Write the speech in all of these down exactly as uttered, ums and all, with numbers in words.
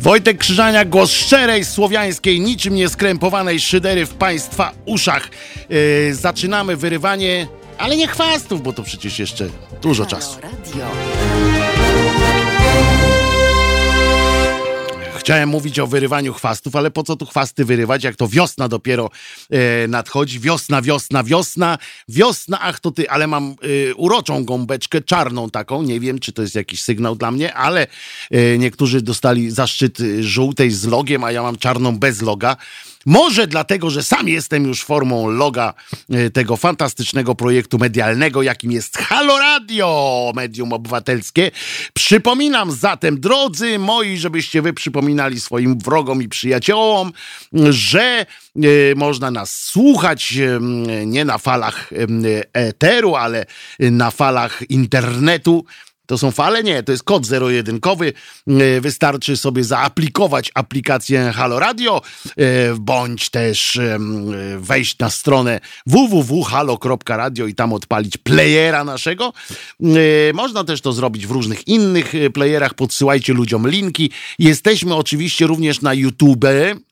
Wojtek Krzyżania, głos szczerej, słowiańskiej, niczym nieskrępowanej szydery w państwa uszach. Yy, zaczynamy wyrywanie, ale nie chwastów, bo to przecież jeszcze dużo czasu. Chciałem mówić o wyrywaniu chwastów, ale po co tu chwasty wyrywać, jak to wiosna dopiero e, nadchodzi. Wiosna, wiosna, wiosna, wiosna, ach to ty, ale mam e, uroczą gąbeczkę, czarną taką, nie wiem, czy to jest jakiś sygnał dla mnie, ale e, niektórzy dostali zaszczyt żółtej z logiem, a ja mam czarną bez loga. Może dlatego, że sam jestem już formą loga tego fantastycznego projektu medialnego, jakim jest Halo Radio, medium obywatelskie. Przypominam zatem, drodzy moi, żebyście wy przypominali swoim wrogom i przyjaciołom, że y, można nas słuchać y, nie na falach y, eteru, ale na falach internetu. To są fale? Nie, to jest kod zero-jedynkowy. Wystarczy sobie zaaplikować aplikację Halo Radio, bądź też wejść na stronę w w w kropka halo kropka radio i tam odpalić playera naszego. Można też to zrobić w różnych innych playerach. Podsyłajcie ludziom linki. Jesteśmy oczywiście również na YouTube.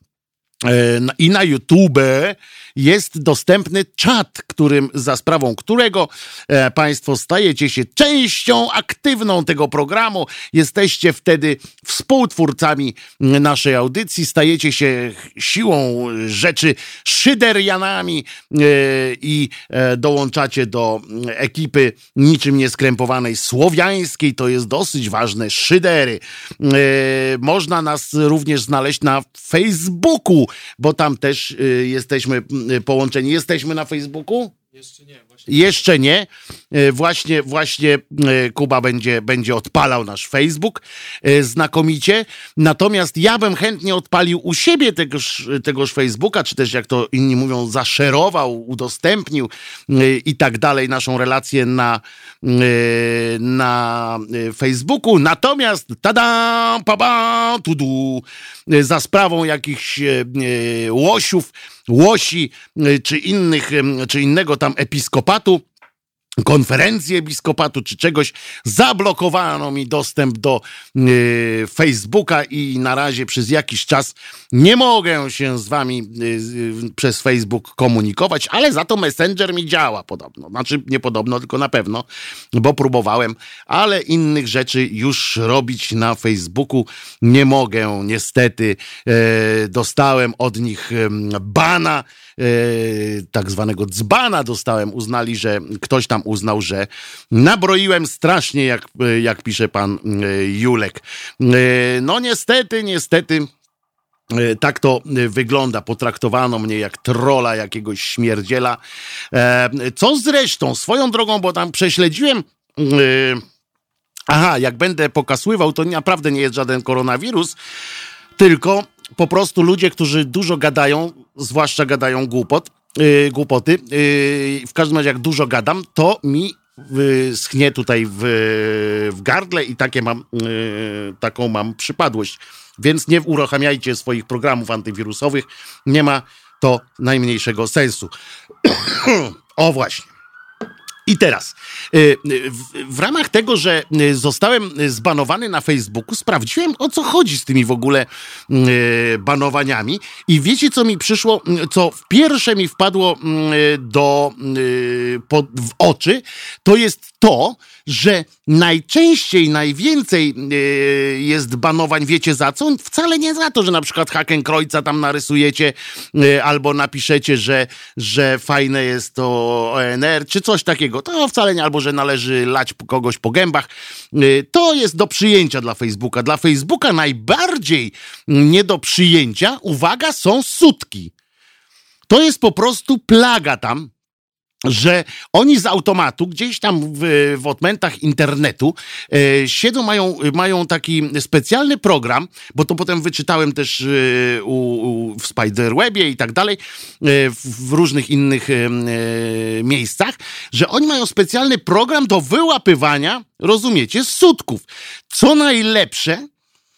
I na YouTube jest dostępny czat, którym, za sprawą którego e, państwo stajecie się częścią aktywną tego programu. Jesteście wtedy współtwórcami naszej audycji, stajecie się siłą rzeczy szyderianami e, i e, dołączacie do ekipy niczym nieskrępowanej słowiańskiej. To jest dosyć ważne, szydery. E, można nas również znaleźć na Facebooku, bo tam też y, jesteśmy y, połączeni. Jesteśmy na Facebooku? Jeszcze nie. Właśnie. Jeszcze nie. Y, właśnie właśnie y, Kuba będzie, będzie odpalał nasz Facebook y, znakomicie. Natomiast ja bym chętnie odpalił u siebie tegoż, tegoż Facebooka, czy też jak to inni mówią, zaszerował, udostępnił y, i tak dalej naszą relację na, y, na y, Facebooku. Natomiast tada, paba, tudu, y, za sprawą jakichś y, y, łosiów, łosi, y, czy innych, y, czy innego tam episkopatu, konferencji episkopatu czy czegoś, zablokowano mi dostęp do y, Facebooka i na razie przez jakiś czas nie mogę się z wami y, y, przez Facebook komunikować, ale za to Messenger mi działa podobno. Znaczy nie podobno, tylko na pewno, bo próbowałem, ale innych rzeczy już robić na Facebooku nie mogę. Niestety y, dostałem od nich y, bana, y, tak zwanego dzbana dostałem. Uznali, że ktoś tam uznał, że nabroiłem strasznie, jak, jak pisze pan Julek. No niestety, niestety tak to wygląda. Potraktowano mnie jak trola, jakiegoś śmierdziela. Co zresztą, swoją drogą, bo tam prześledziłem... Aha, jak będę pokasływał, to naprawdę nie jest żaden koronawirus, tylko po prostu ludzie, którzy dużo gadają, zwłaszcza gadają głupot, Yy, głupoty. Yy, w każdym razie jak dużo gadam, to mi yy, schnie tutaj w, w gardle i takie mam, yy, taką mam przypadłość. Więc nie uruchamiajcie swoich programów antywirusowych. Nie ma to najmniejszego sensu. O właśnie. I teraz, w ramach tego, że zostałem zbanowany na Facebooku, sprawdziłem, o co chodzi z tymi w ogóle banowaniami i wiecie, co mi przyszło, co w pierwsze mi wpadło do, w oczy, to jest to, że najczęściej, najwięcej jest banowań, wiecie za co? Wcale nie za to, że na przykład Hakenkreuza tam narysujecie albo napiszecie, że, że fajne jest to O N R, czy coś takiego. To wcale nie, albo że należy lać kogoś po gębach. To jest do przyjęcia dla Facebooka. Dla Facebooka najbardziej nie do przyjęcia, uwaga, są sutki. To jest po prostu plaga tam, że oni z automatu, gdzieś tam w, w odmętach internetu e, siedzą, mają, mają taki specjalny program, bo to potem wyczytałem też e, u, u, w Spiderwebie i tak dalej, e, w, w różnych innych e, e, miejscach, że oni mają specjalny program do wyłapywania, rozumiecie, sutków. Co najlepsze,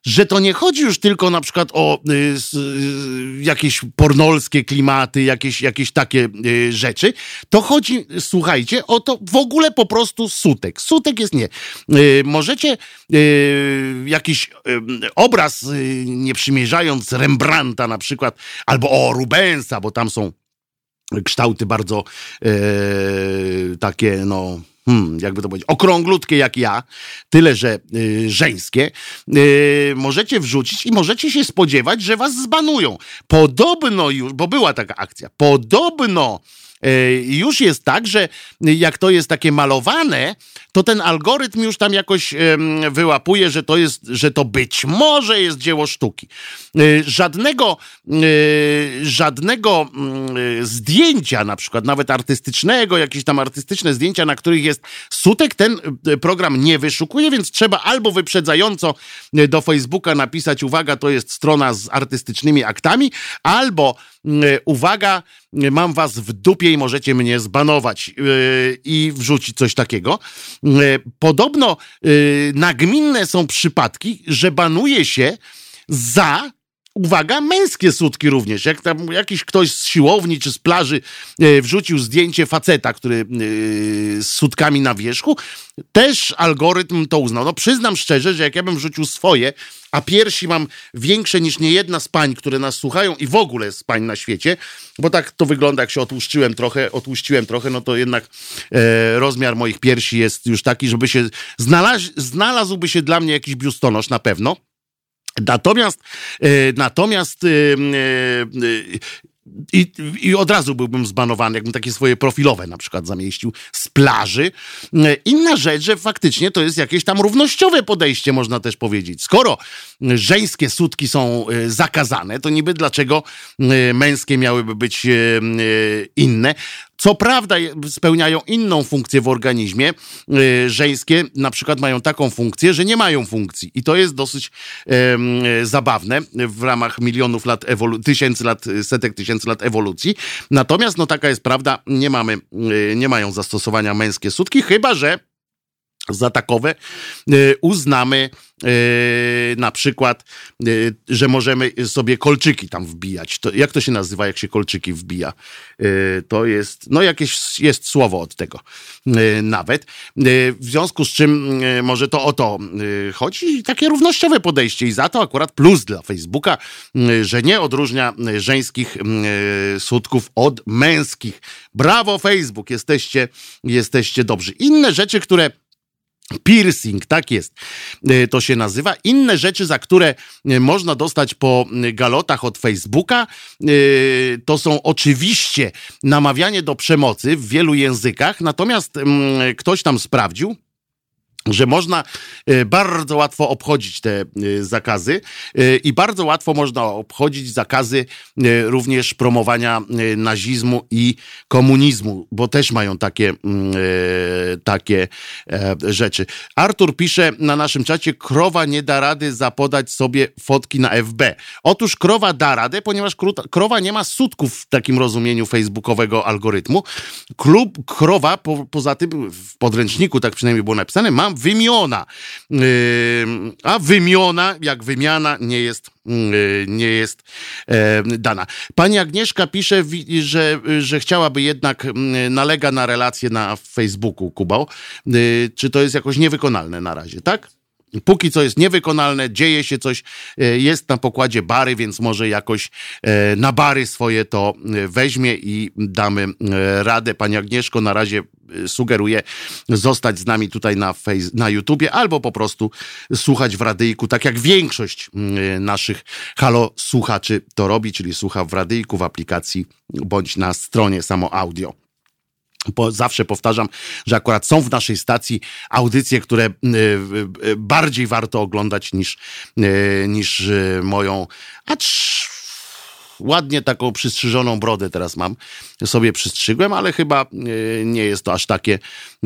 że to nie chodzi już tylko na przykład o y, y, jakieś pornolskie klimaty, jakieś, jakieś takie y, rzeczy. To chodzi, słuchajcie, o to w ogóle po prostu sutek. Sutek jest nie. Y, możecie y, jakiś y, obraz, y, nie przymierzając Rembrandta na przykład, albo o Rubensa, bo tam są kształty bardzo e, takie, no, hmm, jakby to powiedzieć, okrąglutkie jak ja, tyle, że y, żeńskie, y, możecie wrzucić i możecie się spodziewać, że was zbanują. Podobno już, bo była taka akcja, podobno już jest tak, że jak to jest takie malowane, to ten algorytm już tam jakoś wyłapuje, że to jest, że to być może jest dzieło sztuki. Żadnego, żadnego zdjęcia, na przykład nawet artystycznego, jakieś tam artystyczne zdjęcia, na których jest sutek, ten program nie wyszukuje, więc trzeba albo wyprzedzająco do Facebooka napisać, uwaga, to jest strona z artystycznymi aktami, albo uwaga, mam was w dupie i możecie mnie zbanować yy, i wrzucić coś takiego. Yy, podobno yy, nagminne są przypadki, że banuje się za, uwaga, męskie sutki również. Jak tam jakiś ktoś z siłowni czy z plaży yy, wrzucił zdjęcie faceta, który yy, z sutkami na wierzchu, też algorytm to uznał. No przyznam szczerze, że jak ja bym wrzucił swoje, a piersi mam większe niż niejedna z pań, które nas słuchają i w ogóle z pań na świecie, bo tak to wygląda, jak się otłuszczyłem trochę, otłuściłem trochę, no to jednak e, rozmiar moich piersi jest już taki, żeby się znalazł, znalazłby się dla mnie jakiś biustonosz na pewno. Natomiast e, natomiast e, e, I, I od razu byłbym zbanowany, jakbym takie swoje profilowe na przykład zamieścił z plaży. Inna rzecz, że faktycznie to jest jakieś tam równościowe podejście, można też powiedzieć. Skoro żeńskie sutki są zakazane, to niby dlaczego męskie miałyby być inne? Co prawda spełniają inną funkcję w organizmie. Yy, żeńskie na przykład mają taką funkcję, że nie mają funkcji. I to jest dosyć yy, zabawne w ramach milionów lat, ewolu- tysięcy lat, setek tysięcy lat ewolucji. Natomiast no taka jest prawda, nie mamy, yy, nie mają zastosowania męskie sutki, chyba że za takowe yy, uznamy yy, na przykład, yy, że możemy sobie kolczyki tam wbijać. To, jak to się nazywa, jak się kolczyki wbija? Yy, to jest, no jakieś jest słowo od tego yy, nawet. Yy, w związku z czym yy, może to o to yy, chodzi. Takie równościowe podejście i za to akurat plus dla Facebooka, yy, że nie odróżnia żeńskich yy, sutków od męskich. Brawo Facebook, jesteście, jesteście dobrzy. Inne rzeczy, które piercing, tak jest, to się nazywa. Inne rzeczy, za które można dostać po galotach od Facebooka, to są oczywiście namawianie do przemocy w wielu językach, natomiast ktoś tam sprawdził, że można bardzo łatwo obchodzić te zakazy i bardzo łatwo można obchodzić zakazy również promowania nazizmu i komunizmu, bo też mają takie, takie rzeczy. Artur pisze na naszym czacie, krowa nie da rady zapodać sobie fotki na F B. Otóż krowa da radę, ponieważ krowa nie ma sutków w takim rozumieniu facebookowego algorytmu. Klub, krowa, po, poza tym w podręczniku, tak przynajmniej było napisane, ma wymiona. Yy, a wymiona, jak wymiana, nie jest, yy, nie jest yy, dana. Pani Agnieszka pisze, że, że chciałaby jednak, yy, nalega na relacje na Facebooku, Kubał. Yy, czy to jest jakoś niewykonalne na razie, tak? Póki co jest niewykonalne, dzieje się coś, jest na pokładzie bary, więc może jakoś na bary swoje to weźmie i damy radę. Pani Agnieszko, na razie sugeruję zostać z nami tutaj na, face, na YouTubie albo po prostu słuchać w radyjku, tak jak większość naszych halo słuchaczy to robi, czyli słucha w radyjku, w aplikacji bądź na stronie samo audio. Bo zawsze powtarzam, że akurat są w naszej stacji audycje, które bardziej warto oglądać niż, niż moją, acz ładnie taką przystrzyżoną brodę teraz mam. Sobie przystrzygłem, ale chyba nie jest to aż takie.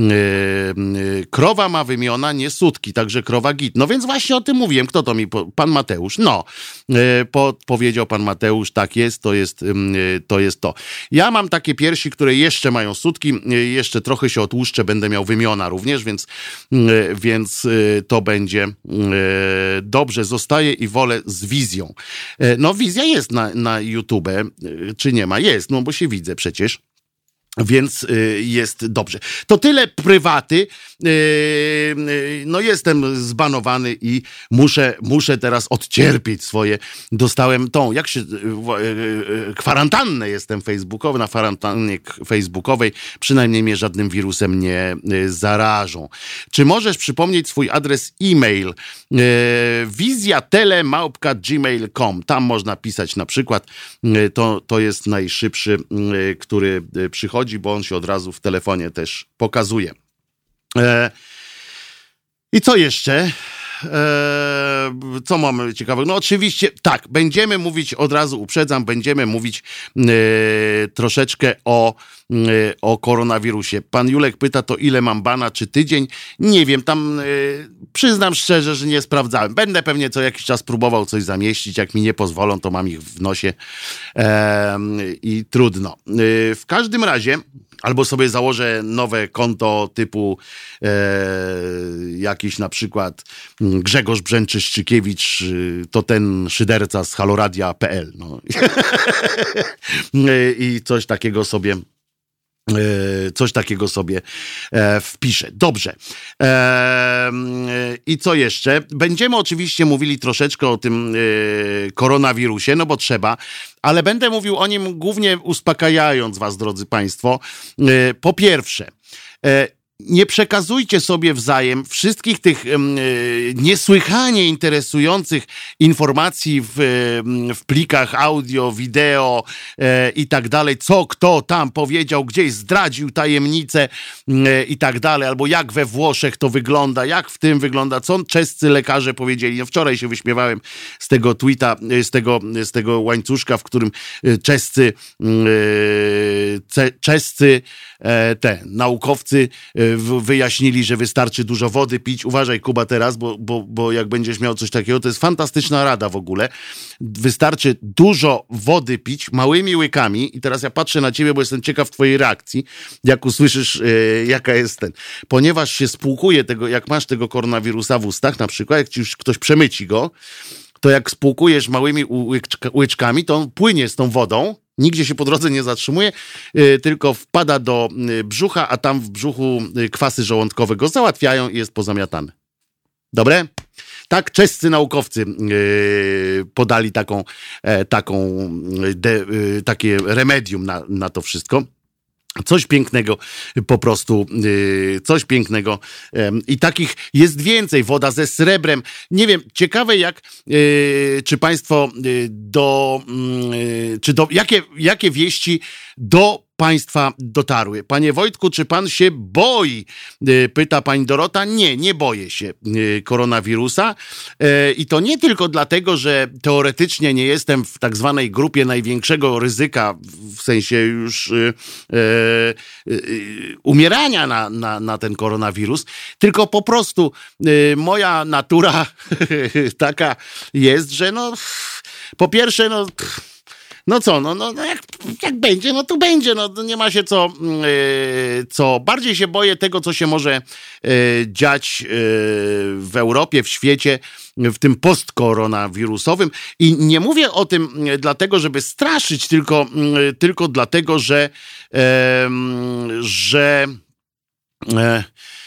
Krowa ma wymiona, nie sutki, także krowa git. No więc właśnie o tym mówiłem. Kto to mi? Pan Mateusz. No, powiedział pan Mateusz, tak jest, to jest to. Jest to. Ja mam takie piersi, które jeszcze mają sutki, jeszcze trochę się otłuszczę, będę miał wymiona również, więc, więc to będzie dobrze. Zostaje i wolę z wizją. No wizja jest na, na YouTube, czy nie ma? Jest, no bo się widzę przecież. Więc y, jest dobrze. To tyle prywaty. Yy, yy, no jestem zbanowany i muszę, muszę teraz odcierpieć swoje. Dostałem tą, jak się, yy, yy, kwarantannę jestem facebookowy, na kwarantannie facebookowej. Przynajmniej mnie żadnym wirusem nie yy, zarażą. Czy możesz przypomnieć swój adres e-mail? Yy, wizjatele małpka gmail kropka com. Tam można pisać na przykład. Yy, to, to jest najszybszy, yy, który yy, przychodzi, bo on się od razu w telefonie też pokazuje. E, I co jeszcze? E, co mamy ciekawego? No oczywiście, tak, będziemy mówić, od razu uprzedzam, będziemy mówić e, troszeczkę o, e, o koronawirusie. Pan Julek pyta, to ile mam bana, czy tydzień? Nie wiem, tam e, przyznam szczerze, że nie sprawdzałem. Będę pewnie co jakiś czas próbował coś zamieścić, jak mi nie pozwolą, to mam ich w nosie e, i trudno. E, w każdym razie albo sobie założę nowe konto typu e, jakiś na przykład Grzegorz Brzęczy-Szczykiewicz, to ten szyderca z haloradia kropka pe el. No. I coś takiego sobie coś takiego sobie e, wpiszę. Dobrze. E, I co jeszcze? Będziemy oczywiście mówili troszeczkę o tym e, koronawirusie, no bo trzeba, ale będę mówił o nim głównie uspokajając was, drodzy państwo. E, po pierwsze, e, nie przekazujcie sobie wzajem wszystkich tych e, niesłychanie interesujących informacji w, w plikach audio, wideo e, i tak dalej, co kto tam powiedział, gdzieś zdradził tajemnicę e, i tak dalej, albo jak we Włoszech to wygląda, jak w tym wygląda, co czescy lekarze powiedzieli. No wczoraj się wyśmiewałem z tego tweeta, z tego, z tego łańcuszka, w którym czescy e, czescy e, te naukowcy e, wyjaśnili, że wystarczy dużo wody pić. Uważaj, Kuba, teraz, bo, bo, bo jak będziesz miał coś takiego, to jest fantastyczna rada w ogóle. Wystarczy dużo wody pić małymi łykami i teraz ja patrzę na ciebie, bo jestem ciekaw twojej reakcji, jak usłyszysz, yy, jaka jest ten. Ponieważ się spłukuje tego, jak masz tego koronawirusa w ustach, na przykład, jak ci już ktoś przemyci go, to jak spłukujesz małymi łyczka, łyczkami, to on płynie z tą wodą, nigdzie się po drodze nie zatrzymuje, yy, tylko wpada do yy, brzucha, a tam w brzuchu yy, kwasy żołądkowe go załatwiają i jest pozamiatany. Dobre? Tak, czescy naukowcy yy, podali taką, e, taką de, yy, takie remedium na, na to wszystko. Coś pięknego po prostu, yy, coś pięknego yy, i takich jest więcej, woda ze srebrem, nie wiem, ciekawe jak, yy, czy państwo yy, do, yy, czy do, jakie, jakie wieści do państwa dotarły. Panie Wojtku, czy pan się boi? Pyta pani Dorota. Nie, nie boję się koronawirusa. I to nie tylko dlatego, że teoretycznie nie jestem w tak zwanej grupie największego ryzyka, w sensie już e, e, umierania na, na, na ten koronawirus, tylko po prostu e, moja natura taka jest, że no po pierwsze, no No co, no, no, no jak, jak będzie, no to będzie, no nie ma się co, yy, co. Bardziej się boję tego, co się może yy, dziać yy, w Europie, w świecie, w tym postkoronavirusowym. I nie mówię o tym yy, dlatego, żeby straszyć, tylko, yy, tylko dlatego, że, yy, że yy,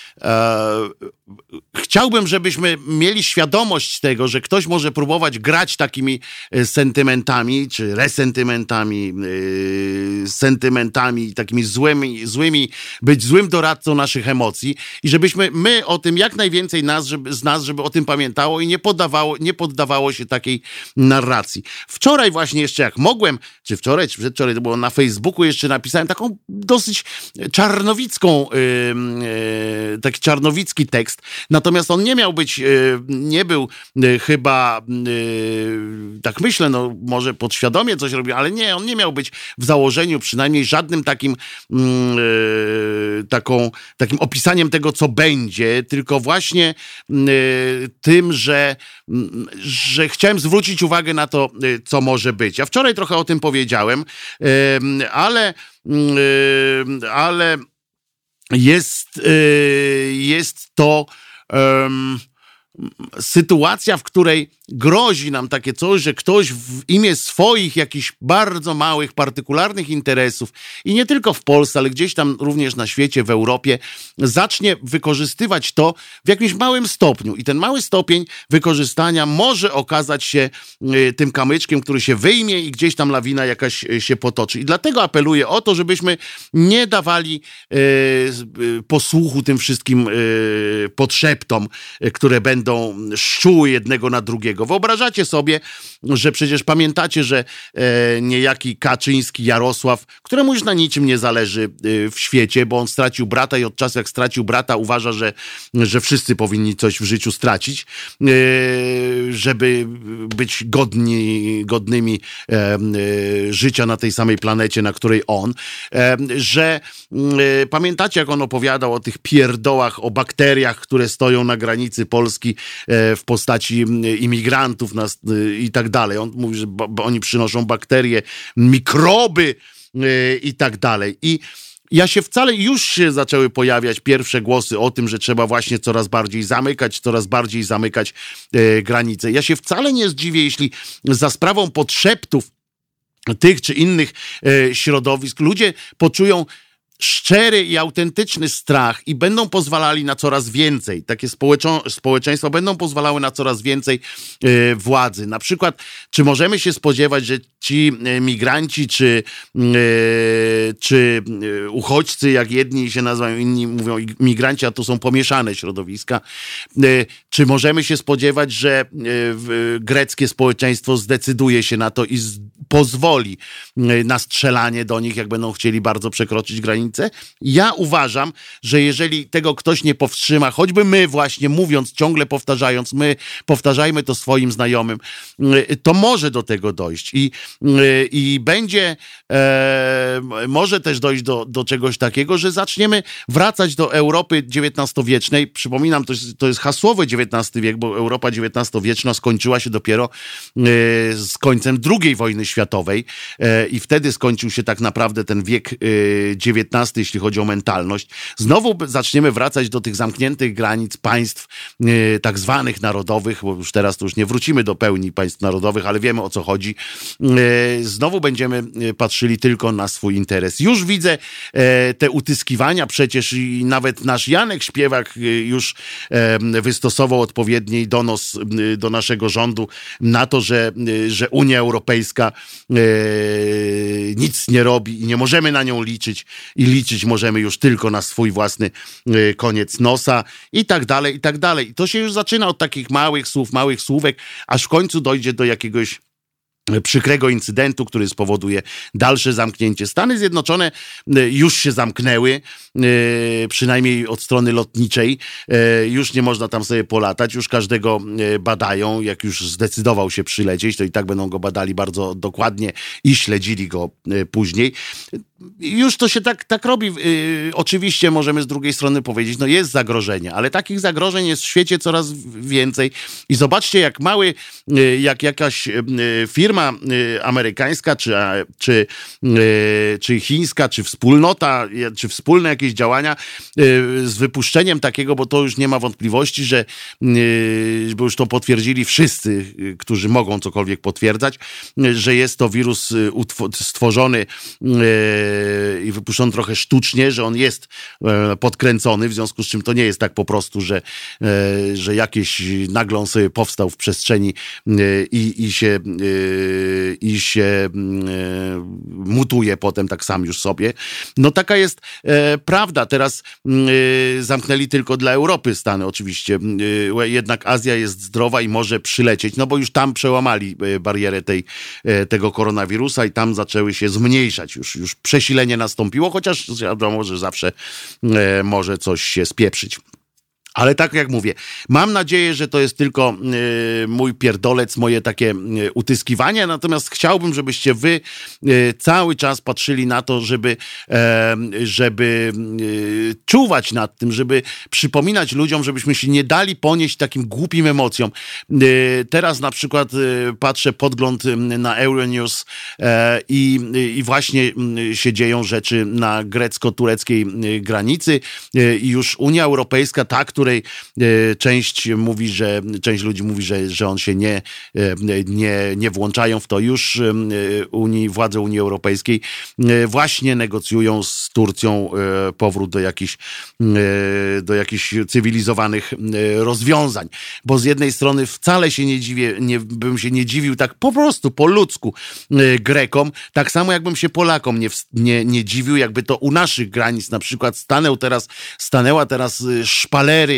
chciałbym, żebyśmy mieli świadomość tego, że ktoś może próbować grać takimi sentymentami, czy resentymentami, yy, sentymentami, takimi złymi, złymi, być złym doradcą naszych emocji i żebyśmy my o tym, jak najwięcej nas, żeby, z nas, żeby o tym pamiętało i nie poddawało, nie poddawało się takiej narracji. Wczoraj właśnie jeszcze jak mogłem, czy wczoraj, czy przedwczoraj, to było na Facebooku, jeszcze napisałem taką dosyć czarnowicką, yy, yy, taki czarnowicki tekst, jest. Natomiast on nie miał być, nie był chyba, tak myślę, no może podświadomie coś robił, ale nie, on nie miał być w założeniu przynajmniej żadnym takim taką, takim opisaniem tego, co będzie, tylko właśnie tym, że, że chciałem zwrócić uwagę na to, co może być. Ja wczoraj trochę o tym powiedziałem, ale ale jest, jest to um, sytuacja, w której grozi nam takie coś, że ktoś w imię swoich jakichś bardzo małych, partykularnych interesów i nie tylko w Polsce, ale gdzieś tam również na świecie, w Europie, zacznie wykorzystywać to w jakimś małym stopniu. I ten mały stopień wykorzystania może okazać się y, tym kamyczkiem, który się wyjmie i gdzieś tam lawina jakaś y, się potoczy. I dlatego apeluję o to, żebyśmy nie dawali y, y, posłuchu tym wszystkim y, podszeptom, y, które będą szczuły jednego na drugiego. Wyobrażacie sobie, że przecież pamiętacie, że e, niejaki Kaczyński Jarosław, któremu już na niczym nie zależy e, w świecie, bo on stracił brata i od czasu jak stracił brata uważa, że, że wszyscy powinni coś w życiu stracić, e, żeby być godni, godnymi e, e, życia na tej samej planecie, na której on, e, że e, pamiętacie, jak on opowiadał o tych pierdołach, o bakteriach, które stoją na granicy Polski e, w postaci imigrantów nas, i tak dalej. On mówi, że b- oni przynoszą bakterie, mikroby yy, i tak dalej. I ja się wcale, już się zaczęły pojawiać pierwsze głosy o tym, że trzeba właśnie coraz bardziej zamykać, coraz bardziej zamykać yy, granice. Ja się wcale nie zdziwię, jeśli za sprawą podszeptów tych czy innych yy, środowisk ludzie poczują szczery i autentyczny strach i będą pozwalali na coraz więcej. Takie społeczo- społeczeństwa będą pozwalały na coraz więcej e, władzy. Na przykład, czy możemy się spodziewać, że ci e, migranci, czy, e, czy e, uchodźcy, jak jedni się nazywają, inni mówią migranci, a to są pomieszane środowiska, e, czy możemy się spodziewać, że e, w, greckie społeczeństwo zdecyduje się na to i z, pozwoli e, na strzelanie do nich, jak będą chcieli bardzo przekroczyć granicę? Ja uważam, że jeżeli tego ktoś nie powstrzyma, choćby my właśnie mówiąc, ciągle powtarzając, my powtarzajmy to swoim znajomym, to może do tego dojść i, i będzie, e, może też dojść do, do czegoś takiego, że zaczniemy wracać do Europy dziewiętnastowiecznej. Przypominam, to jest, to jest hasłowy dziewiętnasty wiek, bo Europa dziewiętnastowieczna skończyła się dopiero e, z końcem drugiej wojny światowej e, i wtedy skończył się tak naprawdę ten wiek e, dziewiętnasty, jeśli chodzi o mentalność. Znowu zaczniemy wracać do tych zamkniętych granic państw e, tak zwanych narodowych, bo już teraz to już nie wrócimy do pełni państw narodowych, ale wiemy, o co chodzi. E, znowu będziemy patrzyli tylko na swój interes. Już widzę e, te utyskiwania przecież i nawet nasz Janek Śpiewak e, już e, wystosował odpowiedni donos e, do naszego rządu na to, że, e, że Unia Europejska e, nic nie robi i nie możemy na nią liczyć i liczyć możemy już tylko na swój własny y, koniec nosa i tak dalej, i tak dalej. I to się już zaczyna od takich małych słów, małych słówek, aż w końcu dojdzie do jakiegoś przykrego incydentu, który spowoduje dalsze zamknięcie. Stany Zjednoczone już się zamknęły, przynajmniej od strony lotniczej. Już nie można tam sobie polatać, już każdego badają. Jak już zdecydował się przylecieć, to i tak będą go badali bardzo dokładnie i śledzili go później. Już to się tak, tak robi. Oczywiście możemy z drugiej strony powiedzieć, no jest zagrożenie, ale takich zagrożeń jest w świecie coraz więcej. I zobaczcie, jak mały, jak jakaś firma amerykańska, czy, czy, czy chińska, czy wspólnota, czy wspólne jakieś działania z wypuszczeniem takiego, bo to już nie ma wątpliwości, że bo już to potwierdzili wszyscy, którzy mogą cokolwiek potwierdzać, że jest to wirus stworzony i wypuszczony trochę sztucznie, że on jest podkręcony, w związku z czym to nie jest tak po prostu, że, że jakieś nagle on sobie powstał w przestrzeni i, i się i się mutuje potem tak sam już sobie. No taka jest prawda. Teraz zamknęli tylko dla Europy Stany oczywiście. Jednak Azja jest zdrowa i może przylecieć, no bo już tam przełamali barierę tej, tego koronawirusa i tam zaczęły się zmniejszać już, już przesilenie nastąpiło, chociaż wiadomo, że zawsze e, może coś się spieprzyć. Ale tak jak mówię, mam nadzieję, że to jest tylko y, mój pierdolec, moje takie y, utyskiwanie, natomiast chciałbym, żebyście wy y, cały czas patrzyli na to, żeby, y, żeby y, czuwać nad tym, żeby przypominać ludziom, żebyśmy się nie dali ponieść takim głupim emocjom. Y, teraz na przykład y, patrzę podgląd na Euronews y, i, i właśnie y, się dzieją rzeczy na grecko-tureckiej y, granicy y, i już Unia Europejska, ta, której e, część mówi, że część ludzi mówi, że, że on się nie, e, nie, nie włączają w to. Już e, Unii, władze Unii Europejskiej e, właśnie negocjują z Turcją e, powrót do jakichś, e, do jakichś cywilizowanych e, rozwiązań. Bo z jednej strony wcale się nie dziwię, nie, bym się nie dziwił tak po prostu, po ludzku e, Grekom, tak samo jakbym się Polakom nie, nie, nie dziwił, jakby to u naszych granic na przykład stanęł teraz, stanęła teraz szpalery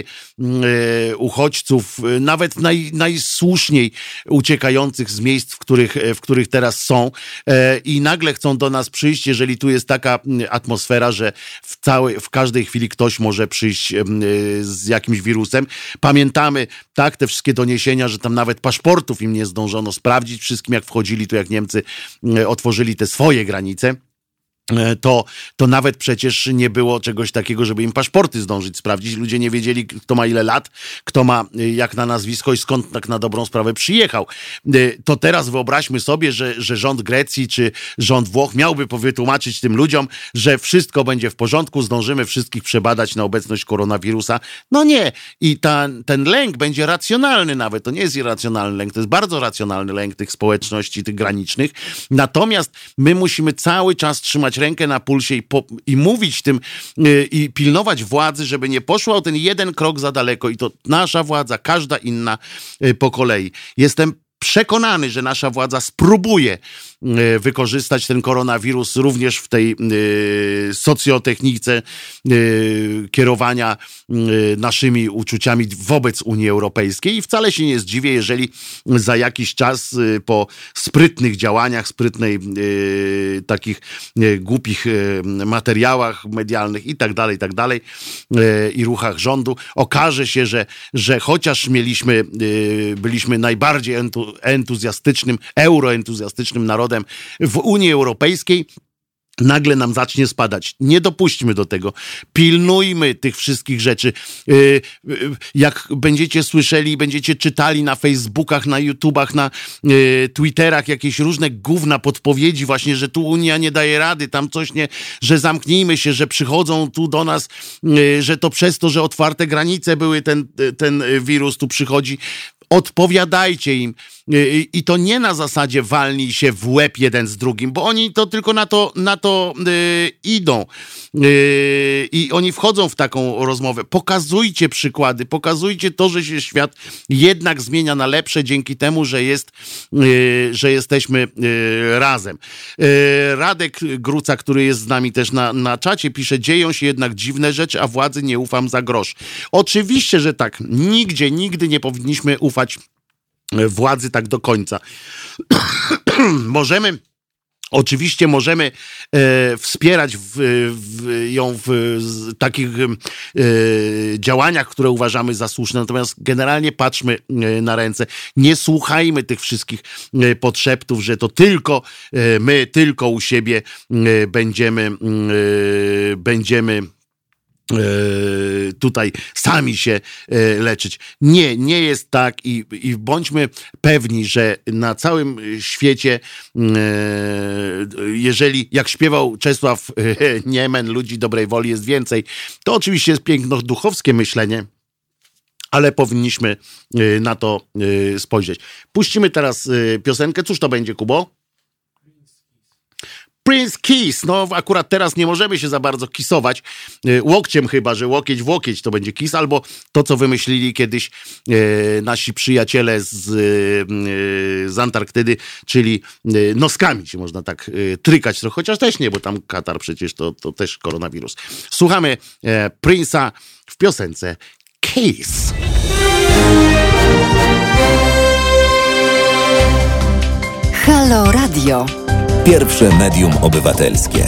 uchodźców, nawet naj, najsłuszniej uciekających z miejsc, w których, w których teraz są i nagle chcą do nas przyjść, jeżeli tu jest taka atmosfera, że w, całej, w każdej chwili ktoś może przyjść z jakimś wirusem. Pamiętamy, tak, te wszystkie doniesienia, że tam nawet paszportów im nie zdążono sprawdzić wszystkim, jak wchodzili, tu jak Niemcy otworzyli te swoje granice. To, to nawet przecież nie było czegoś takiego, żeby im paszporty zdążyć sprawdzić. Ludzie nie wiedzieli, kto ma ile lat, kto ma jak na nazwisko i skąd tak na dobrą sprawę przyjechał. To teraz wyobraźmy sobie, że, że rząd Grecji czy rząd Włoch miałby wytłumaczyć tym ludziom, że wszystko będzie w porządku, zdążymy wszystkich przebadać na obecność koronawirusa. No nie. I ta, ten lęk będzie racjonalny nawet. To nie jest irracjonalny lęk, to jest bardzo racjonalny lęk tych społeczności, tych granicznych. Natomiast my musimy cały czas trzymać rękę na pulsie i, po, i mówić tym yy, i pilnować władzy, żeby nie poszła o ten jeden krok za daleko i to nasza władza, każda inna yy, po kolei. Jestem przekonany, że nasza władza spróbuje y, wykorzystać ten koronawirus również w tej y, socjotechnice y, kierowania y, naszymi uczuciami wobec Unii Europejskiej i wcale się nie zdziwię, jeżeli za jakiś czas y, po sprytnych działaniach, sprytnej y, takich y, głupich y, materiałach medialnych i tak dalej, i tak dalej y, i ruchach rządu okaże się, że, że chociaż mieliśmy, y, byliśmy najbardziej entu, entuzjastycznym, euroentuzjastycznym narodem w Unii Europejskiej, nagle nam zacznie spadać. Nie dopuśćmy do tego. Pilnujmy tych wszystkich rzeczy. Jak będziecie słyszeli, będziecie czytali na Facebookach, na YouTubach, na Twitterach jakieś różne gówna podpowiedzi właśnie, że tu Unia nie daje rady, tam coś nie, że zamknijmy się, że przychodzą tu do nas, że to przez to, że otwarte granice były, ten, ten wirus tu przychodzi. Odpowiadajcie im i to nie na zasadzie walnij się w łeb jeden z drugim, bo oni to tylko na to, na to yy, idą yy, i oni wchodzą w taką rozmowę. Pokazujcie przykłady, pokazujcie to, że się świat jednak zmienia na lepsze dzięki temu, że jest, yy, że jesteśmy yy, razem. Yy, Radek Gruca, który jest z nami też na, na czacie, pisze, dzieją się jednak dziwne rzeczy, a władzy nie ufam za grosz. Oczywiście, że tak. Nigdzie, nigdy nie powinniśmy ufać władzy tak do końca. Możemy, oczywiście możemy e, wspierać w, w, ją w z, takich e, działaniach, które uważamy za słuszne, natomiast generalnie patrzmy e, na ręce. Nie słuchajmy tych wszystkich e, podszeptów, że to tylko e, my, tylko u siebie e, będziemy e, będziemy tutaj sami się leczyć. Nie, nie jest tak i, i bądźmy pewni, że na całym świecie, jeżeli, jak śpiewał Czesław Niemen, ludzi dobrej woli jest więcej, to oczywiście jest piękno-duchowskie myślenie, ale powinniśmy na to spojrzeć. Puścimy teraz piosenkę. Cóż to będzie, Kubo? Prince Kiss, no akurat teraz nie możemy się za bardzo kisować, łokciem chyba, że łokieć w łokieć to będzie kiss, albo to, co wymyślili kiedyś e, nasi przyjaciele z, e, z Antarktydy, czyli e, noskami się można tak e, trykać trochę, chociaż też nie, bo tam Katar przecież to, to też koronawirus. Słuchamy e, Prince'a w piosence Kiss. Halo Radio. Pierwsze medium obywatelskie.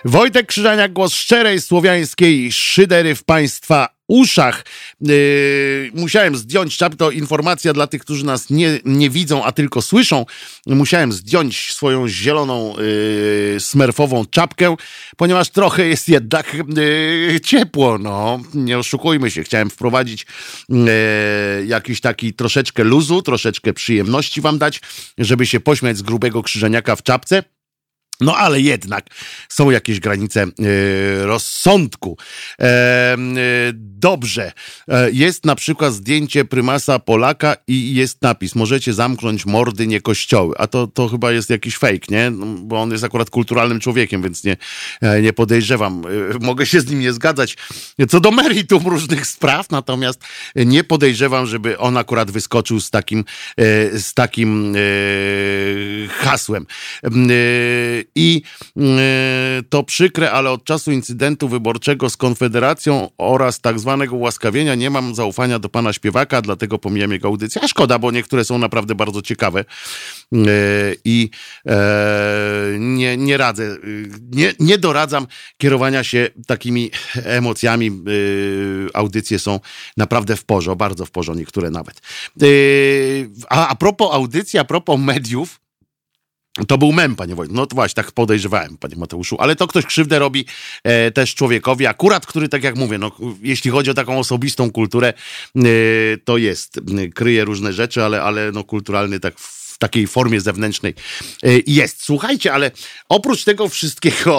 Wojtek Krzyżaniak, głos szczerej słowiańskiej szydery w państwa uszach. Yy, musiałem zdjąć czapkę, to informacja dla tych, którzy nas nie, nie widzą, a tylko słyszą. Musiałem zdjąć swoją zieloną yy, smerfową czapkę, ponieważ trochę jest jednak yy, ciepło, no. Nie oszukujmy się, chciałem wprowadzić yy, jakiś taki troszeczkę luzu, troszeczkę przyjemności wam dać, żeby się pośmiać z grubego Krzyżaniaka w czapce. No ale jednak są jakieś granice e, rozsądku. E, e, dobrze. E, jest na przykład zdjęcie prymasa Polaka i jest napis: możecie zamknąć mordy, nie kościoły. A to, to chyba jest jakiś fake, nie? No, bo on jest akurat kulturalnym człowiekiem, więc nie, e, nie podejrzewam. E, mogę się z nim nie zgadzać co do meritum różnych spraw, natomiast nie podejrzewam, żeby on akurat wyskoczył z takim, e, z takim e, hasłem. E, I y, to przykre, ale od czasu incydentu wyborczego z Konfederacją oraz tak zwanego ułaskawienia nie mam zaufania do pana śpiewaka, dlatego pomijam jego audycję. A szkoda, bo niektóre są naprawdę bardzo ciekawe y, i y, nie, nie radzę, y, nie, nie doradzam kierowania się takimi emocjami. Y, audycje są naprawdę w porządku, bardzo w porządku, niektóre nawet. Y, a, a propos audycji, a propos mediów, to był mem, panie Wojtku. No to właśnie, tak podejrzewałem, panie Mateuszu. Ale to ktoś krzywdę robi e, też człowiekowi, akurat, który, tak jak mówię, no, jeśli chodzi o taką osobistą kulturę, e, to jest, e, kryje różne rzeczy, ale, ale no, kulturalny tak w takiej formie zewnętrznej e, jest. Słuchajcie, ale oprócz tego wszystkiego,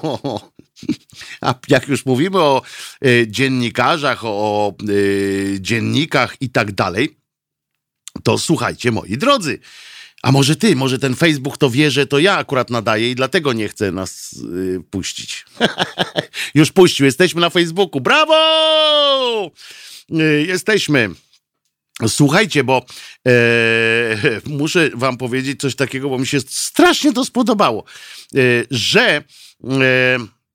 a jak już mówimy o e, dziennikarzach, o e, dziennikach i tak dalej, to słuchajcie, moi drodzy, a może ty, może ten Facebook to wie, że to ja akurat nadaję i dlatego nie chce nas yy, puścić. Już puścił, jesteśmy na Facebooku. Brawo! Yy, jesteśmy. Słuchajcie, bo e, muszę wam powiedzieć coś takiego, bo mi się strasznie to spodobało, e, że e,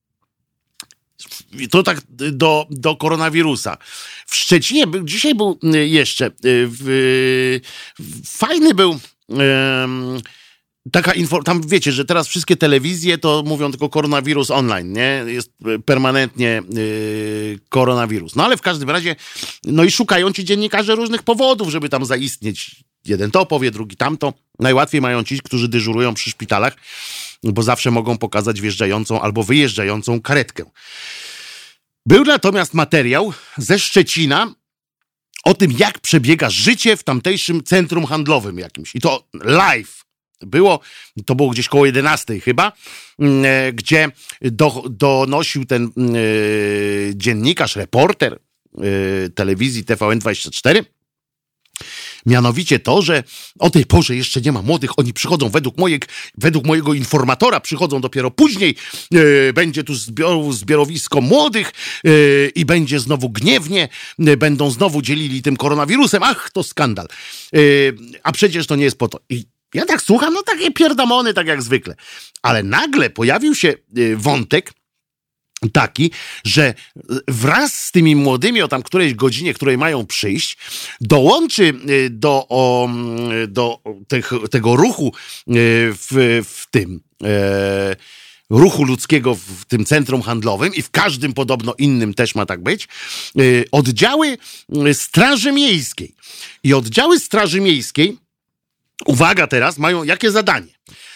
to tak do, do koronawirusa. W Szczecinie, był, dzisiaj był jeszcze, w, fajny był Um, taka informacja, tam wiecie, że teraz wszystkie telewizje to mówią tylko koronawirus online, nie? Jest permanentnie yy, koronawirus. No ale w każdym razie, no i szukają ci dziennikarze różnych powodów, żeby tam zaistnieć. Jeden to powie, drugi tamto. Najłatwiej mają ci, którzy dyżurują przy szpitalach, bo zawsze mogą pokazać wjeżdżającą albo wyjeżdżającą karetkę. Był natomiast materiał ze Szczecina o tym, jak przebiega życie w tamtejszym centrum handlowym jakimś. I to live było, to było gdzieś koło jedenastej chyba, gdzie do, donosił ten yy, dziennikarz, reporter yy, telewizji T V N dwadzieścia cztery, mianowicie to, że o tej porze jeszcze nie ma młodych, oni przychodzą według, moje, według mojego informatora, przychodzą dopiero później, yy, będzie tu zbior, zbiorowisko młodych yy, i będzie znowu gniewnie, yy, będą znowu dzielili tym koronawirusem, ach, to skandal. Yy, a przecież to nie jest po to. I ja tak słucham, no takie pierdamony, tak jak zwykle. Ale nagle pojawił się yy, wątek taki, że wraz z tymi młodymi o tam którejś godzinie, której mają przyjść, dołączy do, o, do tych, tego ruchu w, w tym e, ruchu ludzkiego w tym centrum handlowym i w każdym podobno innym też ma tak być, e, oddziały Straży Miejskiej. I oddziały Straży Miejskiej, uwaga teraz, mają jakie zadanie?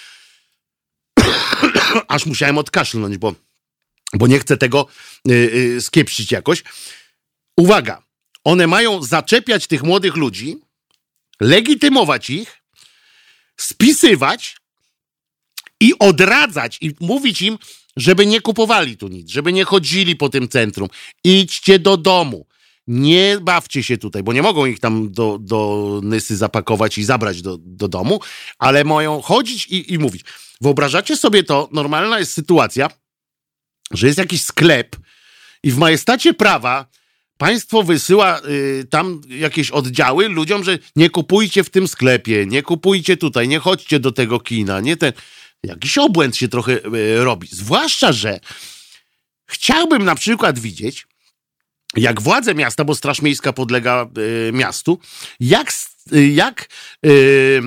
Aż musiałem odkaszlnąć, bo bo nie chcę tego yy, yy, skiepścić jakoś. Uwaga, one mają zaczepiać tych młodych ludzi, legitymować ich, spisywać i odradzać i mówić im, żeby nie kupowali tu nic, żeby nie chodzili po tym centrum. Idźcie do domu. Nie bawcie się tutaj, bo nie mogą ich tam do, do Nysy zapakować i zabrać do, do domu, ale mają chodzić i, i mówić. Wyobrażacie sobie to? Normalna jest sytuacja, że jest jakiś sklep i w majestacie prawa państwo wysyła y, tam jakieś oddziały ludziom, że nie kupujcie w tym sklepie, nie kupujcie tutaj, nie chodźcie do tego kina, nie ten... Jakiś obłęd się trochę y, robi. Zwłaszcza, że chciałbym na przykład widzieć, jak władze miasta, bo Straż Miejska podlega y, miastu, jak, y, jak y,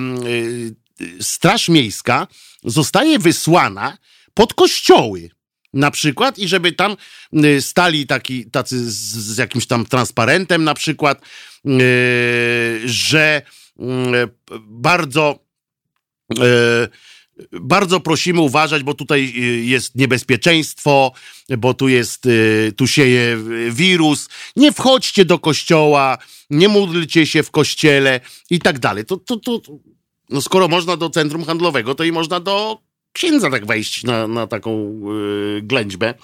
y, Straż Miejska zostaje wysłana pod kościoły. na przykład i żeby tam stali taki, tacy z, z jakimś tam transparentem na przykład, yy, że yy, bardzo yy, bardzo prosimy uważać, bo tutaj jest niebezpieczeństwo, bo tu jest, tu sieje wirus, nie wchodźcie do kościoła, nie módlcie się w kościele i tak dalej. To, to, to, no skoro można do centrum handlowego, to i można do księdza tak wejść na, na taką yy, ględźbę.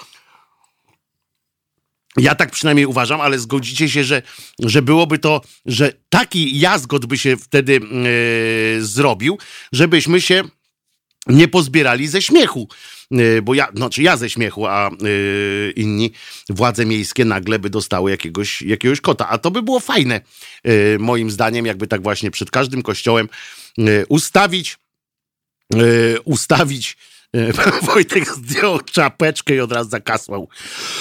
Ja tak przynajmniej uważam, ale zgodzicie się, że, że byłoby to, że taki jazgot by się wtedy yy, zrobił, żebyśmy się nie pozbierali ze śmiechu, yy, bo ja, znaczy ja ze śmiechu, a yy, inni władze miejskie nagle by dostały jakiegoś, jakiegoś kota. A to by było fajne, yy, moim zdaniem, jakby tak właśnie przed każdym kościołem yy, ustawić, yy, ustawić, yy, Wojtek zdjął czapeczkę i od razu zakasłał.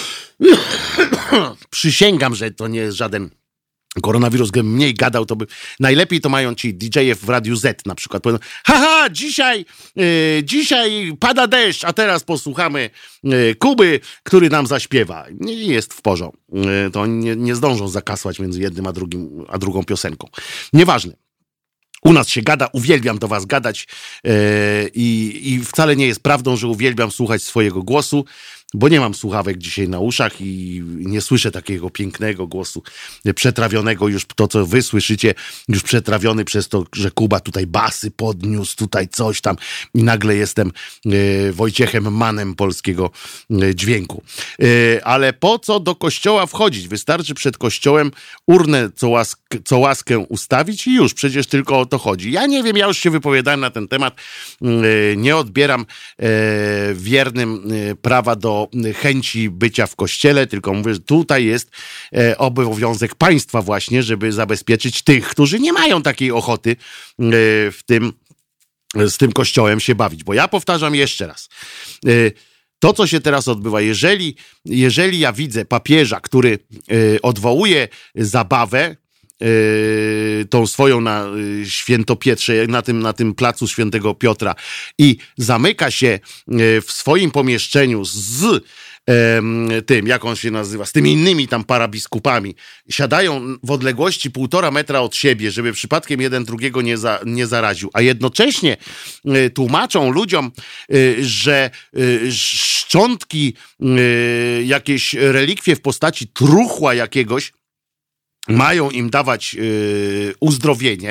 Przysięgam, że to nie jest żaden koronawirus, gdybym mniej gadał, to by najlepiej to mają ci D J-e w Radiu Z na przykład. Powiedzą, haha, dzisiaj, yy, dzisiaj pada deszcz, a teraz posłuchamy yy, Kuby, który nam zaśpiewa. I jest w porządku. Yy, to oni nie, nie zdążą zakasłać między jednym a drugim, a drugą piosenką. Nieważne. U nas się gada, uwielbiam do was gadać yy, i, i wcale nie jest prawdą, że uwielbiam słuchać swojego głosu, bo nie mam słuchawek dzisiaj na uszach i nie słyszę takiego pięknego głosu, przetrawionego już, to co wy słyszycie, już przetrawiony przez to, że Kuba tutaj basy podniósł, tutaj coś tam i nagle jestem y, Wojciechem Mannem polskiego y, dźwięku. Y, ale po co do kościoła wchodzić? Wystarczy przed kościołem urnę co, łask, co łaskę ustawić i już, przecież tylko o to chodzi. Ja nie wiem, ja już się wypowiadałem na ten temat, y, nie odbieram y, wiernym y, prawa do chęci bycia w kościele, tylko mówię, że tutaj jest e, obowiązek państwa właśnie, żeby zabezpieczyć tych, którzy nie mają takiej ochoty e, w tym, z tym kościołem się bawić. Bo ja powtarzam jeszcze raz, e, to co się teraz odbywa, jeżeli, jeżeli ja widzę papieża, który e, odwołuje zabawę, Yy, tą swoją na yy, Świętopietrze, na tym, na tym placu Świętego Piotra i zamyka się yy, w swoim pomieszczeniu z yy, tym, jak on się nazywa, z tymi innymi tam parabiskupami, siadają w odległości półtora metra od siebie, żeby przypadkiem jeden drugiego nie, za, nie zaraził, a jednocześnie yy, tłumaczą ludziom, yy, że yy, szczątki, yy, jakieś relikwie w postaci truchła jakiegoś mają im dawać yy, uzdrowienie,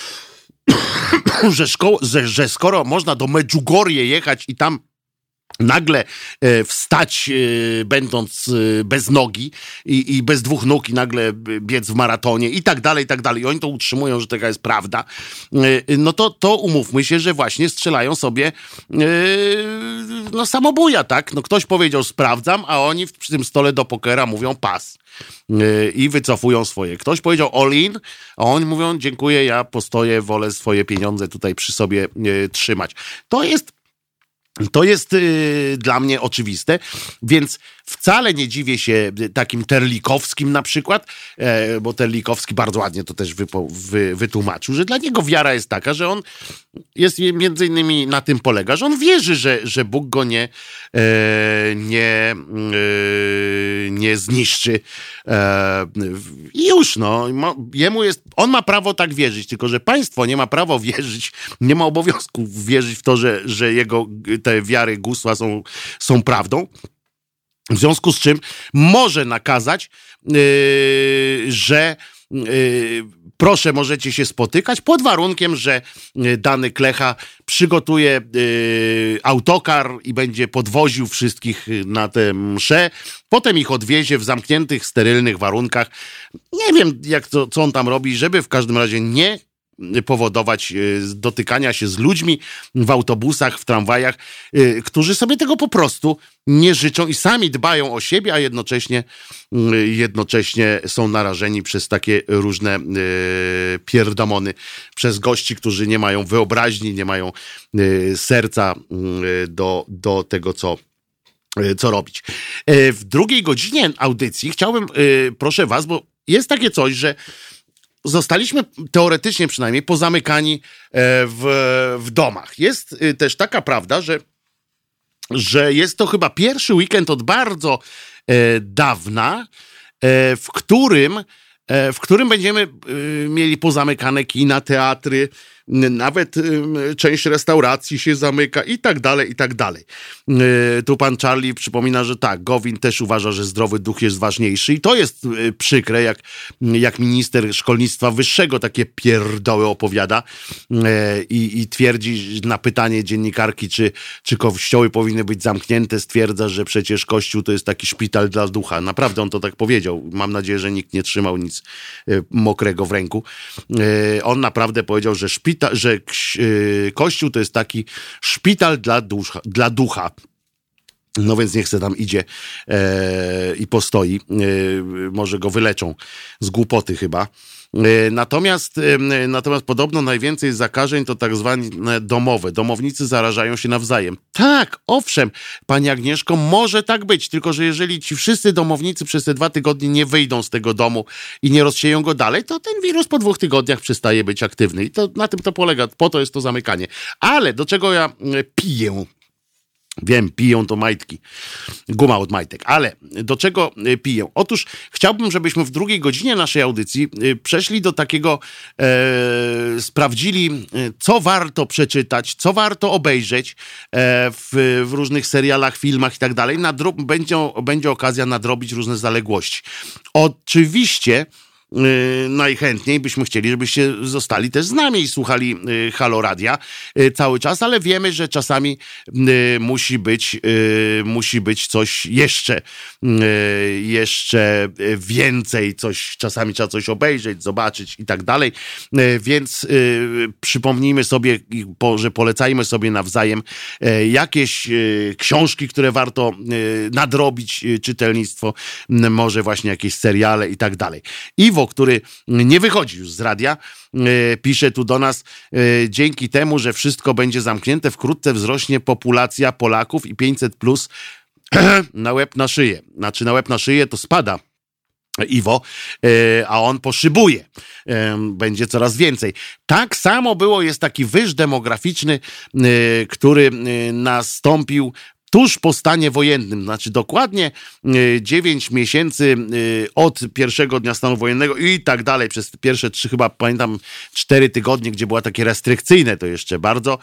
że, szko- że, że skoro można do Medjugorje jechać i tam nagle e, wstać, e, będąc e, bez nogi i, i bez dwóch nóg i nagle biec w maratonie i tak dalej, i tak dalej. I oni to utrzymują, że taka jest prawda. E, no to, to umówmy się, że właśnie strzelają sobie e, no samobuja, tak? No ktoś powiedział sprawdzam, a oni przy tym stole do pokera mówią pas. E, I wycofują swoje. Ktoś powiedział all in, a oni mówią dziękuję, ja postoję, wolę swoje pieniądze tutaj przy sobie e, trzymać. To jest To jest y, dla mnie oczywiste, więc wcale nie dziwię się takim Terlikowskim na przykład, e, bo Terlikowski bardzo ładnie to też wypo, wy, wytłumaczył, że dla niego wiara jest taka, że on jest między innymi na tym polega, że on wierzy, że, że Bóg go nie, e, nie, e, nie zniszczy. E, I już, no, jemu jest, on ma prawo tak wierzyć, tylko że państwo nie ma prawa wierzyć, nie ma obowiązku wierzyć w to, że, że jego te wiary, gusła są, są prawdą. W związku z czym może nakazać, yy, że yy, proszę, możecie się spotykać pod warunkiem, że dany klecha przygotuje yy, autokar i będzie podwoził wszystkich na tę mszę. Potem ich odwiezie w zamkniętych, sterylnych warunkach. Nie wiem, jak to, co on tam robi, żeby w każdym razie nie powodować dotykania się z ludźmi w autobusach, w tramwajach, którzy sobie tego po prostu nie życzą i sami dbają o siebie, a jednocześnie, jednocześnie są narażeni przez takie różne pierdomony, przez gości, którzy nie mają wyobraźni, nie mają serca do, do tego, co co robić. W drugiej godzinie audycji chciałbym, proszę was, bo jest takie coś, że zostaliśmy teoretycznie przynajmniej pozamykani w, w domach. Jest też taka prawda, że że jest to chyba pierwszy weekend od bardzo e, dawna, e, w którym e, w którym będziemy e, mieli pozamykane kina, teatry, nawet y, część restauracji się zamyka i tak dalej, i tak dalej. Y, tu pan Charlie przypomina, że tak, Gowin też uważa, że zdrowy duch jest ważniejszy i to jest y, przykre, jak, jak minister szkolnictwa wyższego takie pierdoły opowiada y, i twierdzi na pytanie dziennikarki, czy, czy kościoły powinny być zamknięte, stwierdza, że przecież kościół to jest taki szpital dla ducha. Naprawdę on to tak powiedział. Mam nadzieję, że nikt nie trzymał nic y, mokrego w ręku. Y, on naprawdę powiedział, że szpital że Kościół to jest taki szpital dla ducha. Dla ducha. No więc niech se tam idzie e, i postoi. E, może go wyleczą z głupoty chyba. E, natomiast, e, natomiast podobno najwięcej zakażeń to tak zwane domowe. Domownicy zarażają się nawzajem. Tak, owszem, pani Agnieszko, może tak być, tylko że jeżeli ci wszyscy domownicy przez te dwa tygodnie nie wyjdą z tego domu i nie rozsieją go dalej, to ten wirus po dwóch tygodniach przestaje być aktywny. I to na tym to polega, po to jest to zamykanie. Ale do czego ja piję? Wiem, piją to majtki. Guma od majtek. Ale do czego piję? Otóż chciałbym, żebyśmy w drugiej godzinie naszej audycji przeszli do takiego, e, sprawdzili, co warto przeczytać, co warto obejrzeć e, w, w różnych serialach, filmach i tak dalej. Nadro- będzie, będzie okazja nadrobić różne zaległości. Oczywiście Yy, najchętniej byśmy chcieli, żebyście zostali też z nami i słuchali yy, Halo Radia yy, cały czas, ale wiemy, że czasami yy, musi być yy, musi być coś jeszcze yy, jeszcze więcej, coś, czasami trzeba coś obejrzeć, zobaczyć i tak dalej, yy, więc yy, przypomnijmy sobie, po, że polecajmy sobie nawzajem yy, jakieś yy, książki, które warto yy, nadrobić yy, czytelnictwo, yy, może właśnie jakieś seriale i tak dalej. Iwo, który nie wychodzi już z radia, yy, pisze tu do nas, yy, dzięki temu, że wszystko będzie zamknięte, wkrótce wzrośnie populacja Polaków i pięćset plus na łeb na szyję. Znaczy na łeb na szyję to spada Iwo, yy, a on poszybuje. Yy, będzie coraz więcej. Tak samo było, jest taki wyż demograficzny, yy, który yy, nastąpił tuż po stanie wojennym, znaczy dokładnie dziewięć miesięcy od pierwszego dnia stanu wojennego i tak dalej, przez pierwsze trzy, chyba pamiętam, cztery tygodnie, gdzie było takie restrykcyjne, to jeszcze bardzo,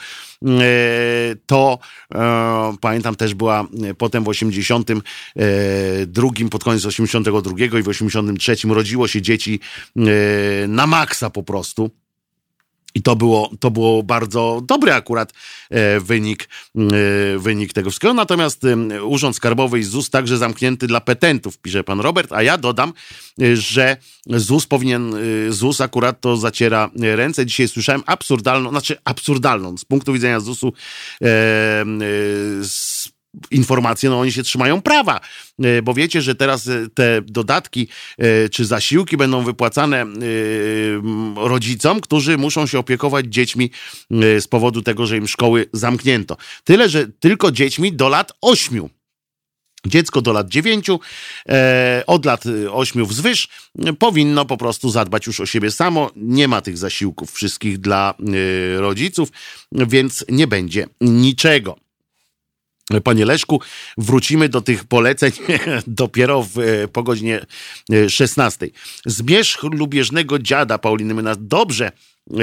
to e, pamiętam też była potem w osiemdziesiątym drugim, pod koniec osiemdziesiątego drugiego i w osiemdziesiątym trzecim rodziło się dzieci e, na maksa po prostu. I to było, to było bardzo dobry akurat e, wynik, e, wynik tego wszystkiego. Natomiast e, Urząd Skarbowy i ZUS także zamknięty dla petentów, pisze pan Robert, a ja dodam, e, że ZUS powinien, e, ZUS akurat to zaciera ręce. Dzisiaj słyszałem absurdalną, znaczy absurdalną z punktu widzenia ZUS-u e, e, z informacje, no oni się trzymają prawa, bo wiecie, że teraz te dodatki czy zasiłki będą wypłacane rodzicom, którzy muszą się opiekować dziećmi z powodu tego, że im szkoły zamknięto. Tyle, że tylko dziećmi do lat ośmiu. Dziecko do lat dziewięciu, e, od lat ośmiu wzwyż powinno po prostu zadbać już o siebie samo. Nie ma tych zasiłków wszystkich dla e, rodziców, więc nie będzie niczego. Panie Leszku, wrócimy do tych poleceń dopiero w, po godzinie szesnastej. Zmierzch lubieżnego dziada Pauliny Mynas. Dobrze.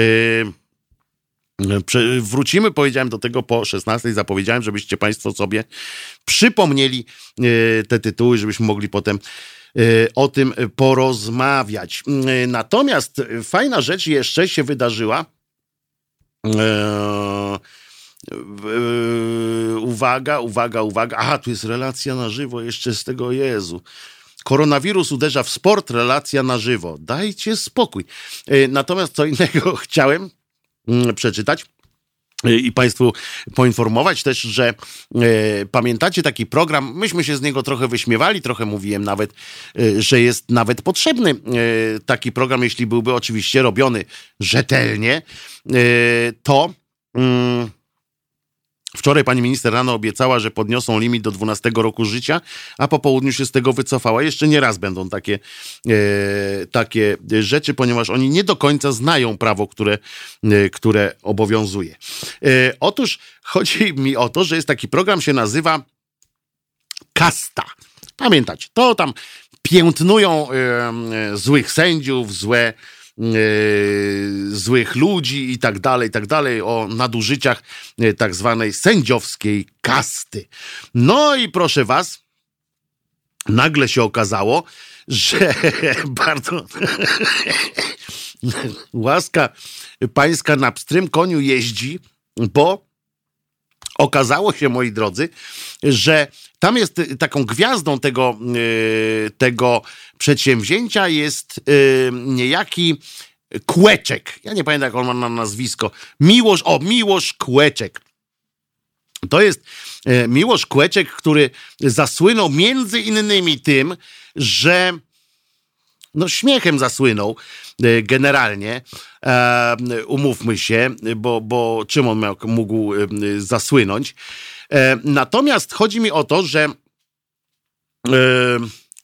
Yy, wrócimy, powiedziałem do tego po szesnastej. Zapowiedziałem, żebyście państwo sobie przypomnieli yy, te tytuły, żebyśmy mogli potem yy, o tym porozmawiać. Yy, natomiast fajna rzecz jeszcze się wydarzyła. Yy, Yy, uwaga, uwaga, uwaga. Aha, tu jest relacja na żywo jeszcze z tego, Jezu. Koronawirus uderza w sport, relacja na żywo. Dajcie spokój. Yy, natomiast co innego chciałem yy, przeczytać yy, i państwu poinformować też, że yy, pamiętacie taki program, myśmy się z niego trochę wyśmiewali, trochę mówiłem nawet, yy, że jest nawet potrzebny yy, taki program, jeśli byłby oczywiście robiony rzetelnie, yy, to yy, Wczoraj pani minister rano obiecała, że podniosą limit do dwunastego roku życia, a po południu się z tego wycofała. Jeszcze nie raz będą takie, e, takie rzeczy, ponieważ oni nie do końca znają prawo, które, e, które obowiązuje. E, otóż chodzi mi o to, że jest taki program, się nazywa Kasta. Pamiętacie, to tam piętnują e, złych sędziów, złe Yy, złych ludzi i tak dalej, i tak dalej, o nadużyciach yy, tak zwanej sędziowskiej kasty. No i proszę was, nagle się okazało, że bardzo łaska pańska na pstrym koniu jeździ, bo okazało się, moi drodzy, że tam jest taką gwiazdą tego, yy, tego przedsięwzięcia jest yy, niejaki Kłeczek. Ja nie pamiętam, jak on ma na nazwisko. Miłosz, o, Miłosz Kłeczek. To jest yy, Miłosz Kłeczek, który zasłynął między innymi tym, że no śmiechem zasłynął e, generalnie, e, umówmy się, bo, bo czym on miał, mógł e, zasłynąć. E, natomiast chodzi mi o to, że e,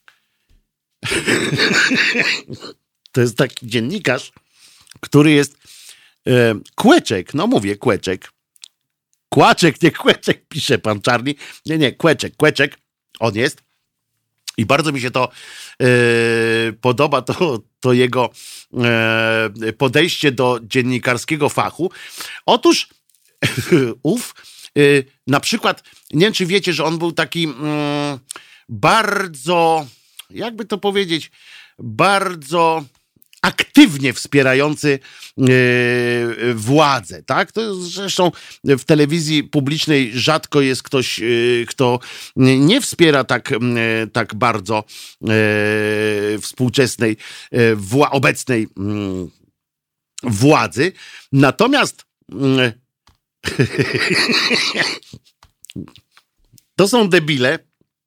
to jest taki dziennikarz, który jest e, Kłeczek, no mówię Kłeczek, Kłaczek, nie Kłeczek, pisze pan Czarny, nie, nie, Kłeczek, Kłeczek, on jest. I bardzo mi się to e, podoba, to, to jego e, podejście do dziennikarskiego fachu. Otóż ów, e, na przykład, nie wiem, czy wiecie, że on był taki mm, bardzo, jakby to powiedzieć, bardzo aktywnie wspierający yy, władzę, tak? To jest, zresztą w telewizji publicznej rzadko jest ktoś, yy, kto nie wspiera tak, yy, tak bardzo yy, współczesnej, yy, wła- obecnej yy, władzy. Natomiast yy, to są debile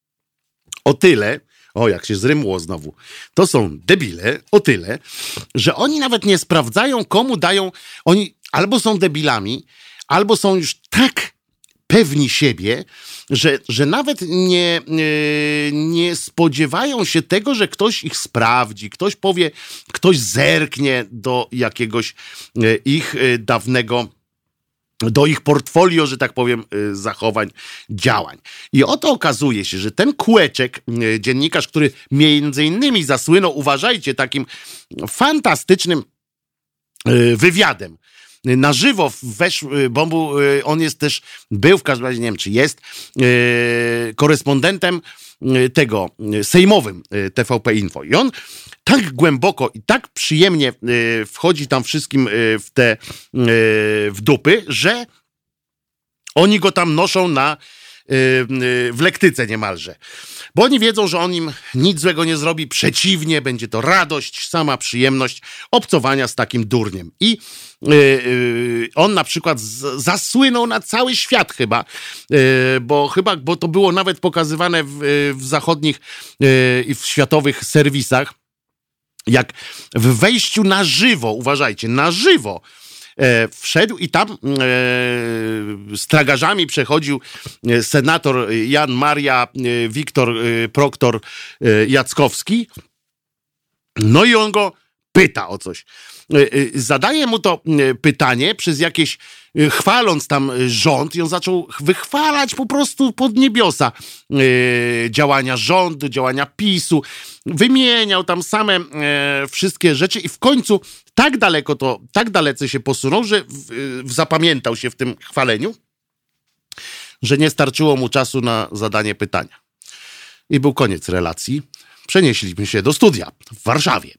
o tyle, o, jak się zrymło znowu. To są debile o tyle, że oni nawet nie sprawdzają, komu dają. Oni albo są debilami, albo są już tak pewni siebie, że, że nawet nie, nie, nie spodziewają się tego, że ktoś ich sprawdzi, ktoś powie, ktoś zerknie do jakiegoś ich dawnego, do ich portfolio, że tak powiem, zachowań, działań. I oto okazuje się, że ten Kłeczek, dziennikarz, który między innymi zasłynął, uważajcie, takim fantastycznym wywiadem, na żywo weszł, bo był, on jest też, był w każdym razie, nie wiem czy jest, korespondentem tego sejmowym T V P Info. I on tak głęboko i tak przyjemnie wchodzi tam wszystkim w te w dupy, że oni go tam noszą na w lektyce niemalże. Bo oni wiedzą, że on im nic złego nie zrobi, przeciwnie, będzie to radość, sama przyjemność obcowania z takim durniem. I yy, yy, on na przykład z, zasłynął na cały świat chyba, yy, bo chyba, bo to było nawet pokazywane w, w zachodnich yy, i w światowych serwisach, jak w wejściu na żywo, uważajcie, na żywo, E, wszedł i tam e, z tragarzami przechodził senator Jan Maria e, Wiktor e, Proktor e, Jackowski. No i on go pyta o coś. E, e, zadaje mu to e, pytanie przez jakieś, e, chwaląc tam rząd, i on zaczął wychwalać po prostu pod niebiosa e, działania rządu, działania PiSu. Wymieniał tam same e, wszystkie rzeczy i w końcu tak daleko to, tak dalece się posunął, że w, w, zapamiętał się w tym chwaleniu, że nie starczyło mu czasu na zadanie pytania. I był koniec relacji. Przenieśliśmy się do studia w Warszawie.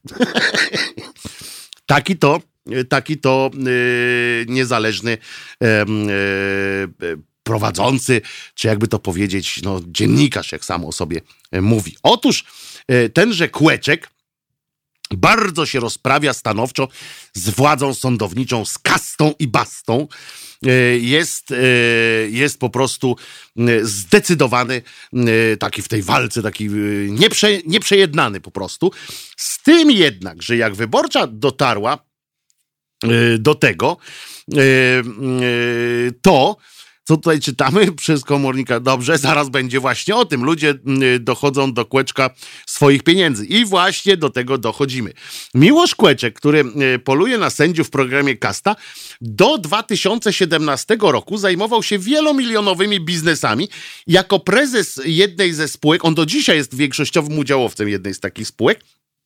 taki to, taki to yy, niezależny yy, yy, prowadzący, czy jakby to powiedzieć, no, dziennikarz, jak sam o sobie mówi. Otóż yy, tenże Kłeczek bardzo się rozprawia stanowczo z władzą sądowniczą, z kastą i bastą. Jest, jest po prostu zdecydowany, taki w tej walce, taki nieprze, nieprzejednany po prostu. Z tym jednak, że jak wyborcza dotarła do tego, to co tutaj czytamy przez komornika? Dobrze, zaraz będzie właśnie o tym. Ludzie dochodzą do Kłeczka swoich pieniędzy. I właśnie do tego dochodzimy. Miłosz Kłeczek, który poluje na sędziów w programie Kasta, do dwa tysiące siedemnastego roku zajmował się wielomilionowymi biznesami. Jako prezes jednej ze spółek, on do dzisiaj jest większościowym udziałowcem jednej z takich spółek,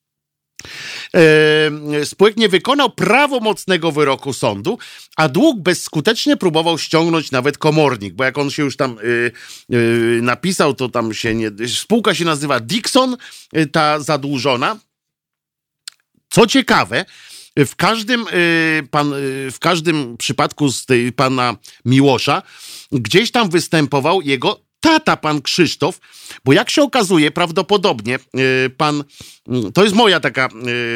e, spółek nie wykonał prawomocnego wyroku sądu, a dług bezskutecznie próbował ściągnąć nawet komornik, bo jak on się już tam y, y, napisał, to tam się nie... Spółka się nazywa Dixon, y, ta zadłużona. Co ciekawe, w każdym, y, pan, y, w każdym przypadku z tej pana Miłosza gdzieś tam występował jego tata, pan Krzysztof, bo jak się okazuje, prawdopodobnie y, pan, y, to jest moja taka,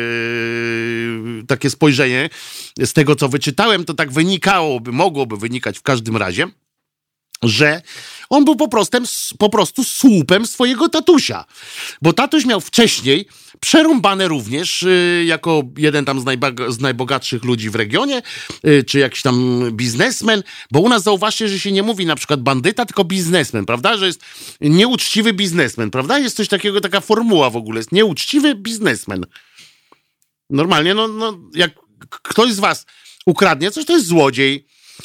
y, takie spojrzenie, z tego co wyczytałem, to tak wynikałoby, mogłoby wynikać w każdym razie, że on był po prostu, po prostu słupem swojego tatusia. Bo tatuś miał wcześniej przerąbane również y, jako jeden tam z, najba- z najbogatszych ludzi w regionie, y, czy jakiś tam biznesmen, bo u nas zauważcie, że się nie mówi na przykład bandyta, tylko biznesmen, prawda? Że jest nieuczciwy biznesmen, prawda? Jest coś takiego, taka formuła w ogóle, jest nieuczciwy biznesmen. Normalnie, no, no jak ktoś z was ukradnie coś, to jest złodziej.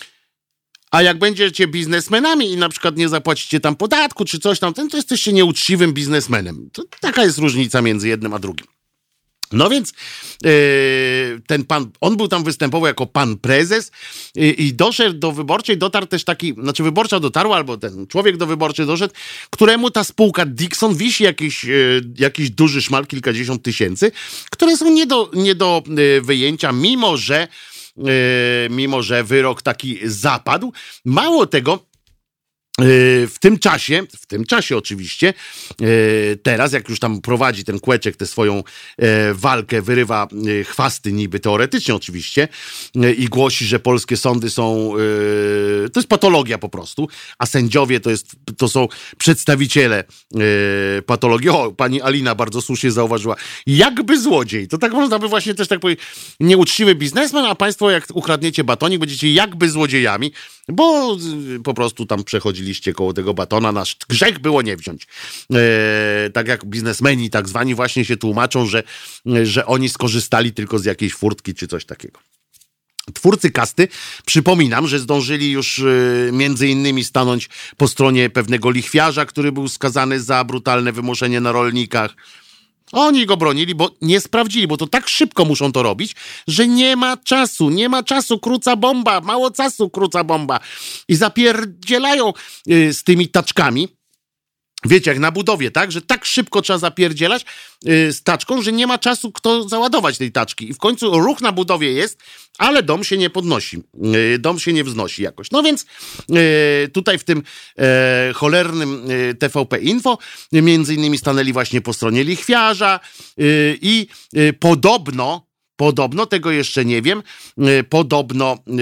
A jak będziecie biznesmenami i na przykład nie zapłacicie tam podatku czy coś tam, to jesteście nieuczciwym biznesmenem. To taka jest różnica między jednym a drugim. No więc yy, ten pan, on był tam występował jako pan prezes yy, i doszedł do wyborczej, dotarł też taki, znaczy wyborcza dotarła, albo ten człowiek do wyborczej doszedł, któremu ta spółka Dixon wisi jakiś, yy, jakiś duży szmal, kilkadziesiąt tysięcy, które są nie do, nie do yy, wyjęcia, mimo że Yy, mimo że wyrok taki zapadł. Mało tego, yy, w tym czasie, w tym czasie oczywiście, yy, teraz jak już tam prowadzi ten Kłeczek tę swoją yy, walkę, wyrywa yy, chwasty niby teoretycznie oczywiście yy, i głosi, że polskie sądy są, yy, to jest patologia po prostu, a sędziowie to, jest, to są przedstawiciele yy, patologii. O, pani Alina bardzo słusznie zauważyła, jakby złodziej. To tak można by właśnie też tak powiedzieć, nieuczciwy biznesmen, a państwo jak ukradniecie batonik, będziecie jakby złodziejami, bo yy, po prostu tam przechodziliście koło tego batona, nasz grzech było nie wziąć. Yy, tak jak biznesmeni tak zwani właśnie się tłumaczą, że, yy, że oni skorzystali tylko z jakiejś furtki czy coś takiego. Twórcy Kasty, przypominam, że zdążyli już y, między innymi stanąć po stronie pewnego lichwiarza, który był skazany za brutalne wymuszenie na rolnikach. Oni go bronili, bo nie sprawdzili, bo to tak szybko muszą to robić, że nie ma czasu, nie ma czasu, króca bomba, mało czasu, króca bomba. I zapierdzielają y, z tymi taczkami. Wiecie, jak na budowie, tak? Że tak szybko trzeba zapierdzielać yy, z taczką, że nie ma czasu kto załadować tej taczki. I w końcu ruch na budowie jest, ale dom się nie podnosi. Yy, dom się nie wznosi jakoś. No więc yy, tutaj w tym yy, cholernym yy, T V P Info yy, między innymi stanęli właśnie po stronie lichwiarza yy, i yy, podobno Podobno, tego jeszcze nie wiem, yy, podobno yy,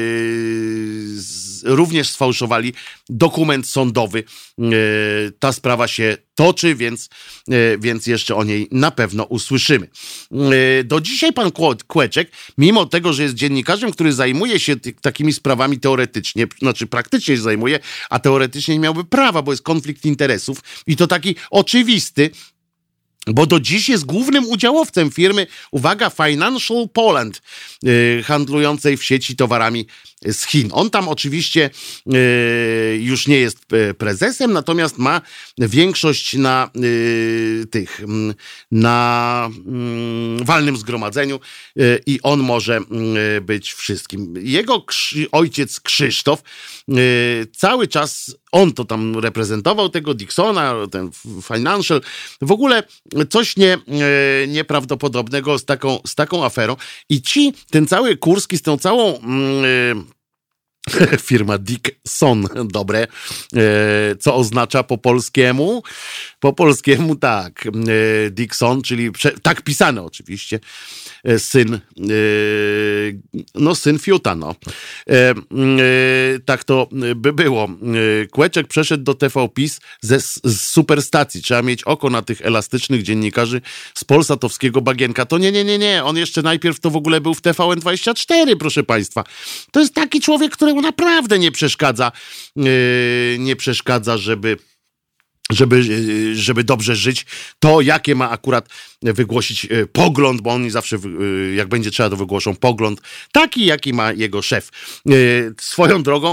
z, również sfałszowali dokument sądowy. Yy, ta sprawa się toczy, więc, yy, więc jeszcze o niej na pewno usłyszymy. Yy, do dzisiaj pan Kłeczek, mimo tego, że jest dziennikarzem, który zajmuje się ty, takimi sprawami teoretycznie, znaczy praktycznie się zajmuje, a teoretycznie nie miałby prawa, bo jest konflikt interesów i to taki oczywisty, bo do dziś jest głównym udziałowcem firmy, uwaga, Financial Poland, yy, handlującej w sieci towarami z Chin. On tam oczywiście yy, już nie jest prezesem, natomiast ma większość na yy, tych, yy, na yy, walnym zgromadzeniu yy, i on może yy, być wszystkim. Jego krzy- ojciec Krzysztof yy, cały czas, on to tam reprezentował, tego Dixona, ten Financial, w ogóle coś nie, yy, nieprawdopodobnego z taką, z taką aferą. I ci, ten cały Kurski z tą całą yy, firma Dixon, dobre, e, co oznacza po polskiemu? Po polskiemu tak, e, Dixon, czyli prze, tak pisane oczywiście, e, syn, e, no syn Fiuta, no. E, e, tak to by było. E, Kłeczek przeszedł do T V PiS ze, z superstacji. Trzeba mieć oko na tych elastycznych dziennikarzy z polsatowskiego bagienka. To nie, nie, nie, nie. On jeszcze najpierw to w ogóle był w T V N dwadzieścia cztery, proszę państwa. To jest taki człowiek, któremu mu naprawdę nie przeszkadza, nie przeszkadza, żeby żeby, żeby dobrze żyć, to jakie ma akurat wygłosić pogląd, bo oni zawsze, jak będzie trzeba, to wygłoszą pogląd, taki, jaki ma jego szef. Swoją drogą,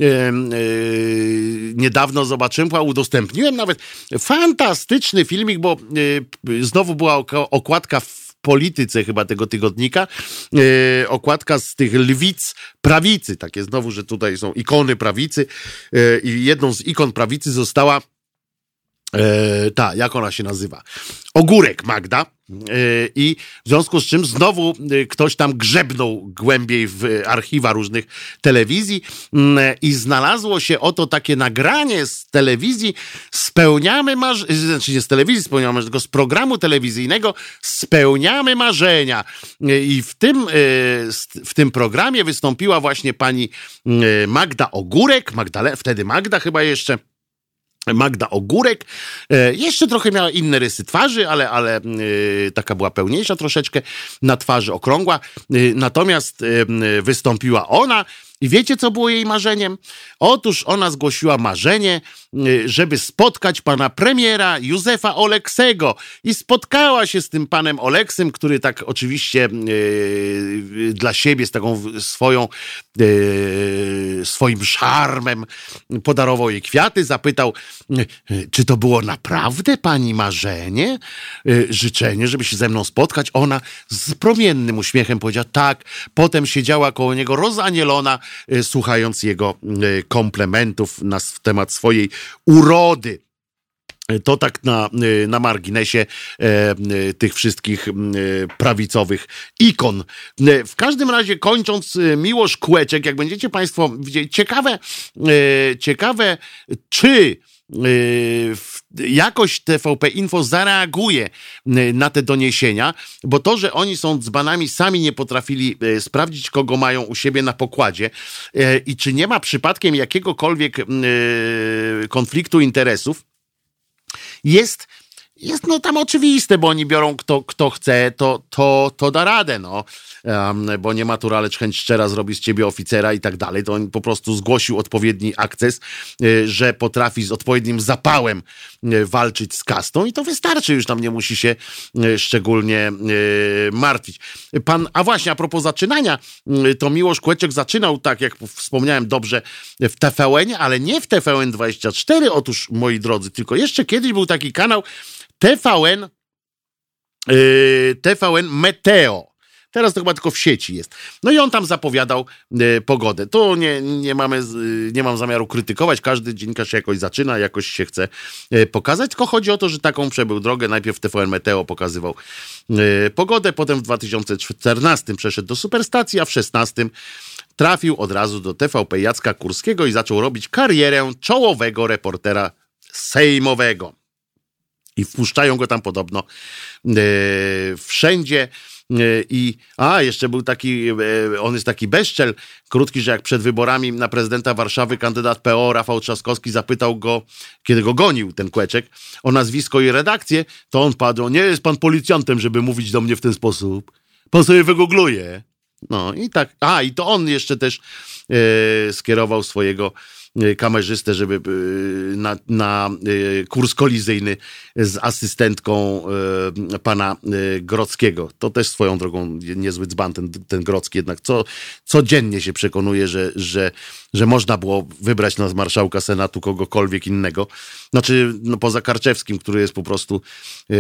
niedawno zobaczyłem, udostępniłem nawet fantastyczny filmik, bo znowu była okładka w Polityce chyba tego tygodnika, okładka z tych lwic prawicy, takie znowu, że tutaj są ikony prawicy i jedną z ikon prawicy została E, ta, jak ona się nazywa? Ogórek Magda. E, I w związku z czym znowu e, ktoś tam grzebnął głębiej w archiwa różnych telewizji e, i znalazło się oto takie nagranie z telewizji Spełniamy marzenia, znaczy nie z telewizji spełniamy marzenia, tylko z programu telewizyjnego Spełniamy marzenia. E, I w tym, e, w tym programie wystąpiła właśnie pani e, Magda Ogórek, Magdale, wtedy Magda chyba jeszcze, Magda Ogórek, e, jeszcze trochę miała inne rysy twarzy, ale, ale e, taka była pełniejsza troszeczkę na twarzy, okrągła. E, natomiast e, wystąpiła ona i wiecie, co było jej marzeniem? Otóż ona zgłosiła marzenie, żeby spotkać pana premiera Józefa Oleksego i spotkała się z tym panem Oleksem, który tak oczywiście e, dla siebie z taką swoją e, swoim szarmem podarował jej kwiaty, zapytał, czy to było naprawdę pani marzenie, e, życzenie, żeby się ze mną spotkać. Ona z promiennym uśmiechem powiedziała tak, potem siedziała koło niego rozanielona, e, słuchając jego e, komplementów na temat swojej urody. To tak na, na marginesie e, tych wszystkich e, prawicowych ikon. E, w każdym razie kończąc, Miłosz Kłeczek, jak będziecie państwo widzieli, ciekawe, e, ciekawe czy jakoś T V P Info zareaguje na te doniesienia, bo to, że oni są dzbanami, sami nie potrafili sprawdzić, kogo mają u siebie na pokładzie i czy nie ma przypadkiem jakiegokolwiek konfliktu interesów, jest Jest no tam oczywiste, bo oni biorą kto, kto chce, to, to, to da radę, no. Um, bo nie matura, lecz chęć szczera zrobi z ciebie oficera i tak dalej. To on po prostu zgłosił odpowiedni akces, y, że potrafi z odpowiednim zapałem y, walczyć z kastą i to wystarczy, już tam nie musi się y, szczególnie y, martwić. Pan, a właśnie, a propos zaczynania, y, to Miłosz Kłeczek zaczynał, tak jak wspomniałem dobrze, w T V N-ie, ale nie w T V N dwadzieścia cztery, otóż moi drodzy, tylko jeszcze kiedyś był taki kanał T V N, yy, T V N Meteo. Teraz to chyba tylko w sieci jest. No i on tam zapowiadał yy, pogodę. To nie, nie, mamy, yy, nie mam zamiaru krytykować. Każdy dziennikarz się jakoś zaczyna, jakoś się chce yy, pokazać. Tylko chodzi o to, że taką przebył drogę. Najpierw T V N Meteo pokazywał yy, pogodę, potem w dwa tysiące czternastym przeszedł do Superstacji, a w szesnastym trafił od razu do T V P Jacka Kurskiego i zaczął robić karierę czołowego reportera sejmowego. I wpuszczają go tam podobno e, wszędzie. E, I a, jeszcze był taki, e, on jest taki bezczel, krótki, że jak przed wyborami na prezydenta Warszawy kandydat P O Rafał Trzaskowski zapytał go, kiedy go gonił ten Kłeczek, o nazwisko i redakcję, to on padł, nie jest pan policjantem, żeby mówić do mnie w ten sposób. Pan sobie wygoogluje. No i tak, a i to on jeszcze też e, skierował swojego kamerzystę, żeby na, na kurs kolizyjny z asystentką pana Grodzkiego. To też swoją drogą niezły dzban, ten, ten Grodzki jednak co, codziennie się przekonuje, że, że, że można było wybrać na marszałka Senatu kogokolwiek innego. Znaczy, no poza Karczewskim, który jest po prostu yy,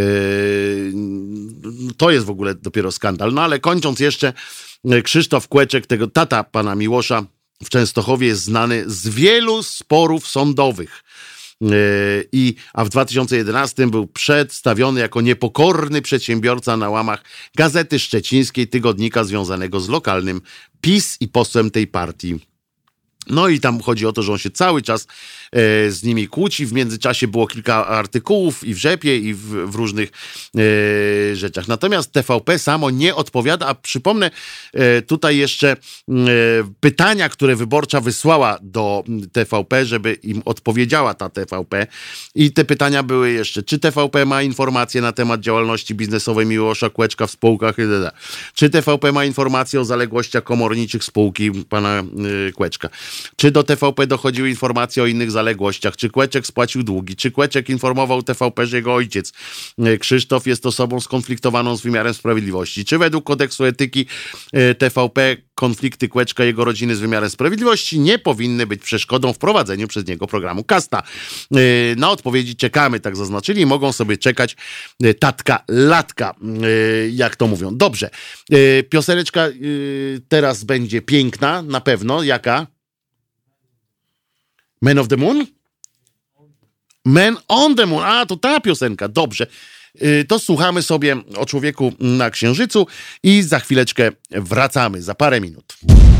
to jest w ogóle dopiero skandal. No ale kończąc jeszcze, Krzysztof Kłeczek, tego tata pana Miłosza, w Częstochowie jest znany z wielu sporów sądowych. I, a w dwa tysiące jedenastym był przedstawiony jako niepokorny przedsiębiorca na łamach Gazety Szczecińskiej, tygodnika związanego z lokalnym PiS i posłem tej partii. No i tam chodzi o to, że on się cały czas e, z nimi kłóci. W międzyczasie było kilka artykułów i w Rzepie, i w, w różnych e, rzeczach. Natomiast T V P samo nie odpowiada, a przypomnę e, tutaj jeszcze e, pytania, które Wyborcza wysłała do T V P, żeby im odpowiedziała ta T V P. I te pytania były jeszcze, czy T V P ma informacje na temat działalności biznesowej Miłosza Kłeczka w spółkach itd. Czy T V P ma informacje o zaległościach komorniczych spółki pana e, Kłeczka. Czy do T V P dochodziły informacje o innych zaległościach? Czy Kłeczek spłacił długi? Czy Kłeczek informował T V P, że jego ojciec Krzysztof jest osobą skonfliktowaną z wymiarem sprawiedliwości? Czy według kodeksu etyki T V P konflikty Kłeczka i jego rodziny z wymiarem sprawiedliwości nie powinny być przeszkodą w prowadzeniu przez niego programu Kasta? Na odpowiedzi czekamy, tak zaznaczyli. Mogą sobie czekać tatka, latka, jak to mówią. Dobrze. Pioseneczka teraz będzie piękna, na pewno. Jaka? Man of the Moon? Man on the Moon. A, to ta piosenka. Dobrze. To słuchamy sobie o człowieku na Księżycu i za chwileczkę wracamy, za parę minut.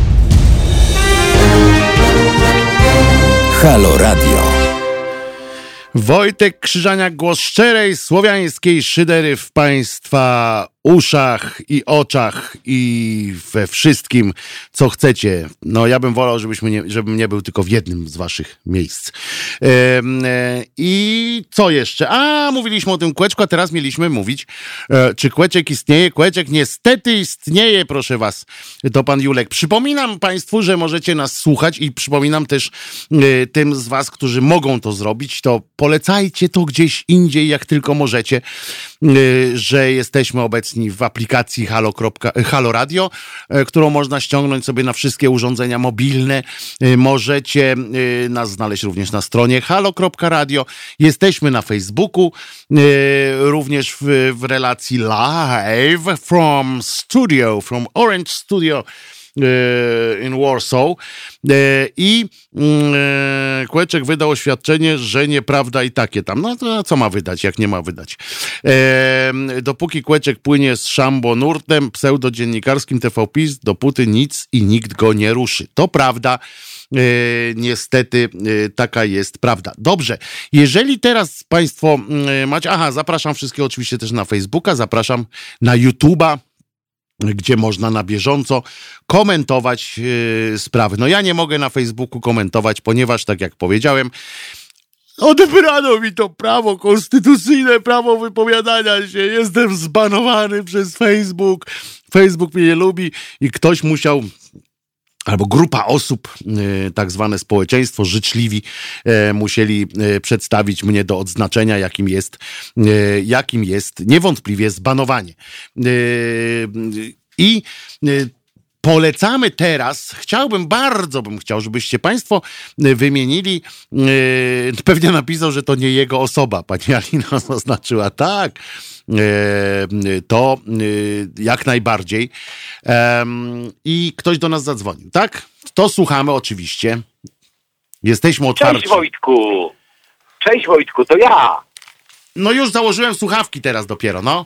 Halo Radio. Wojtek Krzyżaniak, głos szczerej, słowiańskiej szydery w państwa uszach i oczach i we wszystkim, co chcecie. No ja bym wolał, żebyśmy nie, żebym nie był tylko w jednym z waszych miejsc. E, e, I co jeszcze? A, mówiliśmy o tym Kłeczku, a teraz mieliśmy mówić, e, czy Kłeczek istnieje. Kłeczek niestety istnieje, proszę was. To pan Julek. Przypominam państwu, że możecie nas słuchać i przypominam też e, tym z was, którzy mogą to zrobić, to polecajcie to gdzieś indziej, jak tylko możecie, e, że jesteśmy obecni w aplikacji Halo, Halo Radio, którą można ściągnąć sobie na wszystkie urządzenia mobilne. Możecie nas znaleźć również na stronie halo kropka radio. Jesteśmy na Facebooku, również w, w relacji live from studio, from Orange Studio in Warsaw. I Kłeczek wydał oświadczenie, że nieprawda i takie tam. No to co ma wydać, jak nie ma wydać? Dopóki Kłeczek płynie z szambo nurtem pseudodziennikarskim T V P I S, dopóty nic i nikt go nie ruszy. To prawda. Niestety taka jest prawda. Dobrze, jeżeli teraz państwo macie... Aha, zapraszam wszystkich oczywiście też na Facebooka, zapraszam na YouTube'a, gdzie można na bieżąco komentować yy, sprawy. No ja nie mogę na Facebooku komentować, ponieważ, tak jak powiedziałem, odebrano mi to prawo konstytucyjne, prawo wypowiadania się. Jestem zbanowany przez Facebook. Facebook mnie nie lubi i ktoś musiał... albo grupa osób, tak zwane społeczeństwo, życzliwi, musieli przedstawić mnie do odznaczenia, jakim jest, jakim jest niewątpliwie zbanowanie. I polecamy teraz, chciałbym, bardzo bym chciał, żebyście państwo wymienili, pewnie napisał, że to nie jego osoba, pani Alina zaznaczyła, tak, to jak najbardziej. I ktoś do nas zadzwonił, tak? To słuchamy oczywiście. Jesteśmy otwarci. Cześć Wojtku! Cześć Wojtku, to ja! No już założyłem słuchawki teraz dopiero, no.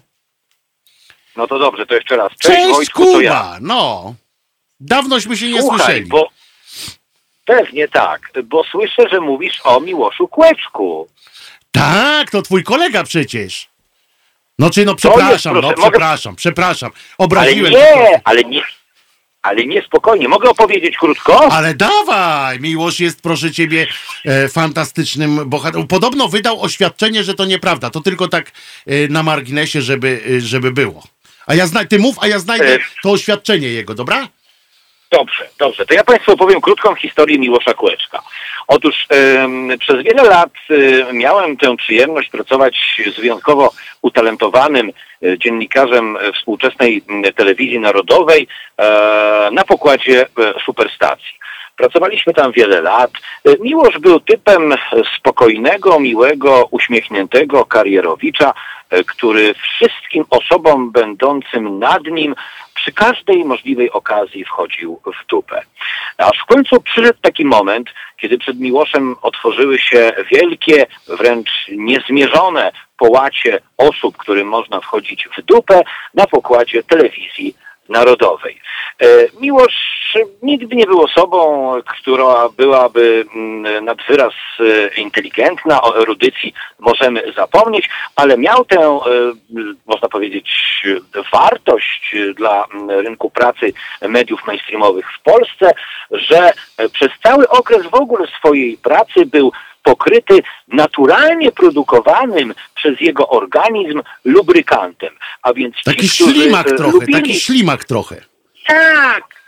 No to dobrze, to jeszcze raz. Cześć, Cześć Wojtku, Kuba! to ja. No. Dawnośmy się nie Słuchaj, słyszeli. Bo... Pewnie tak, bo słyszę, że mówisz o Miłoszu Kłeczku. Tak, to twój kolega przecież. No czy no przepraszam, jest, proszę, no mogę... przepraszam, przepraszam. Obraziłem Ale cię. nie, ale nie, ale nie, spokojnie. Mogę opowiedzieć krótko? Ale dawaj! Miłosz jest, proszę ciebie, e, fantastycznym bohaterem. Podobno wydał oświadczenie, że to nieprawda. To tylko tak e, na marginesie, żeby, e, żeby było. A ja zna... Ty mów, a ja znajdę e... to oświadczenie jego, dobra? Dobrze, dobrze. To ja państwu opowiem krótką historię Miłosza Kłeczka. Otóż y, przez wiele lat y, miałem tę przyjemność pracować z wyjątkowo utalentowanym y, dziennikarzem współczesnej y, telewizji narodowej y, na pokładzie y, Superstacji. Pracowaliśmy tam wiele lat. Miłosz był typem spokojnego, miłego, uśmiechniętego karierowicza, który wszystkim osobom będącym nad nim przy każdej możliwej okazji wchodził w dupę. Aż w końcu przyszedł taki moment, kiedy przed Miłoszem otworzyły się wielkie, wręcz niezmierzone połacie osób, którym można wchodzić w dupę na pokładzie telewizji narodowej. Miłosz nigdy nie był osobą, która byłaby nad wyraz inteligentna, o erudycji możemy zapomnieć, ale miał tę, można powiedzieć, wartość dla rynku pracy mediów mainstreamowych w Polsce, że przez cały okres w ogóle swojej pracy był pokryty naturalnie produkowanym przez jego organizm lubrykantem. A więc ci, taki którzy ślimak trochę, lubili... taki ślimak trochę. Tak,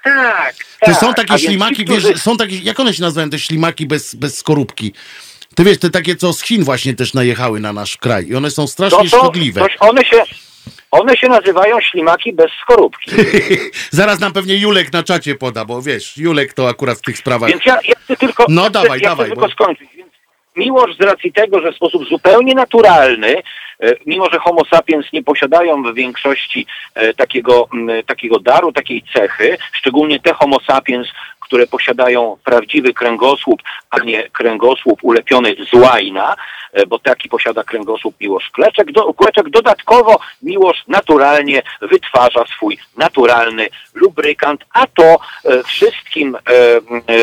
Tak, To tak. są takie A więc ślimaki, ci, którzy... wiesz, są takie, jak one się nazywają, te ślimaki bez, bez skorupki? Ty wiesz, te takie, co z Chin właśnie też najechały na nasz kraj i one są strasznie to, to, szkodliwe. To, one się... One się nazywają ślimaki bez skorupki. Zaraz nam pewnie Julek na czacie poda, bo wiesz, Julek to akurat w tych sprawach... Więc ja, ja chcę tylko, no, ja dawaj, chcę, ja dawaj, chcę bo... tylko skończyć. Więc Miłosz z racji tego, że w sposób zupełnie naturalny, mimo że homo sapiens nie posiadają w większości takiego, takiego daru, takiej cechy, szczególnie te homo sapiens, które posiadają prawdziwy kręgosłup, a nie kręgosłup ulepiony z łajna, bo taki posiada kręgosłup Miłosz Kleczek. Do, Kleczek dodatkowo Miłosz naturalnie wytwarza swój naturalny lubrykant, a to e, wszystkim e, e,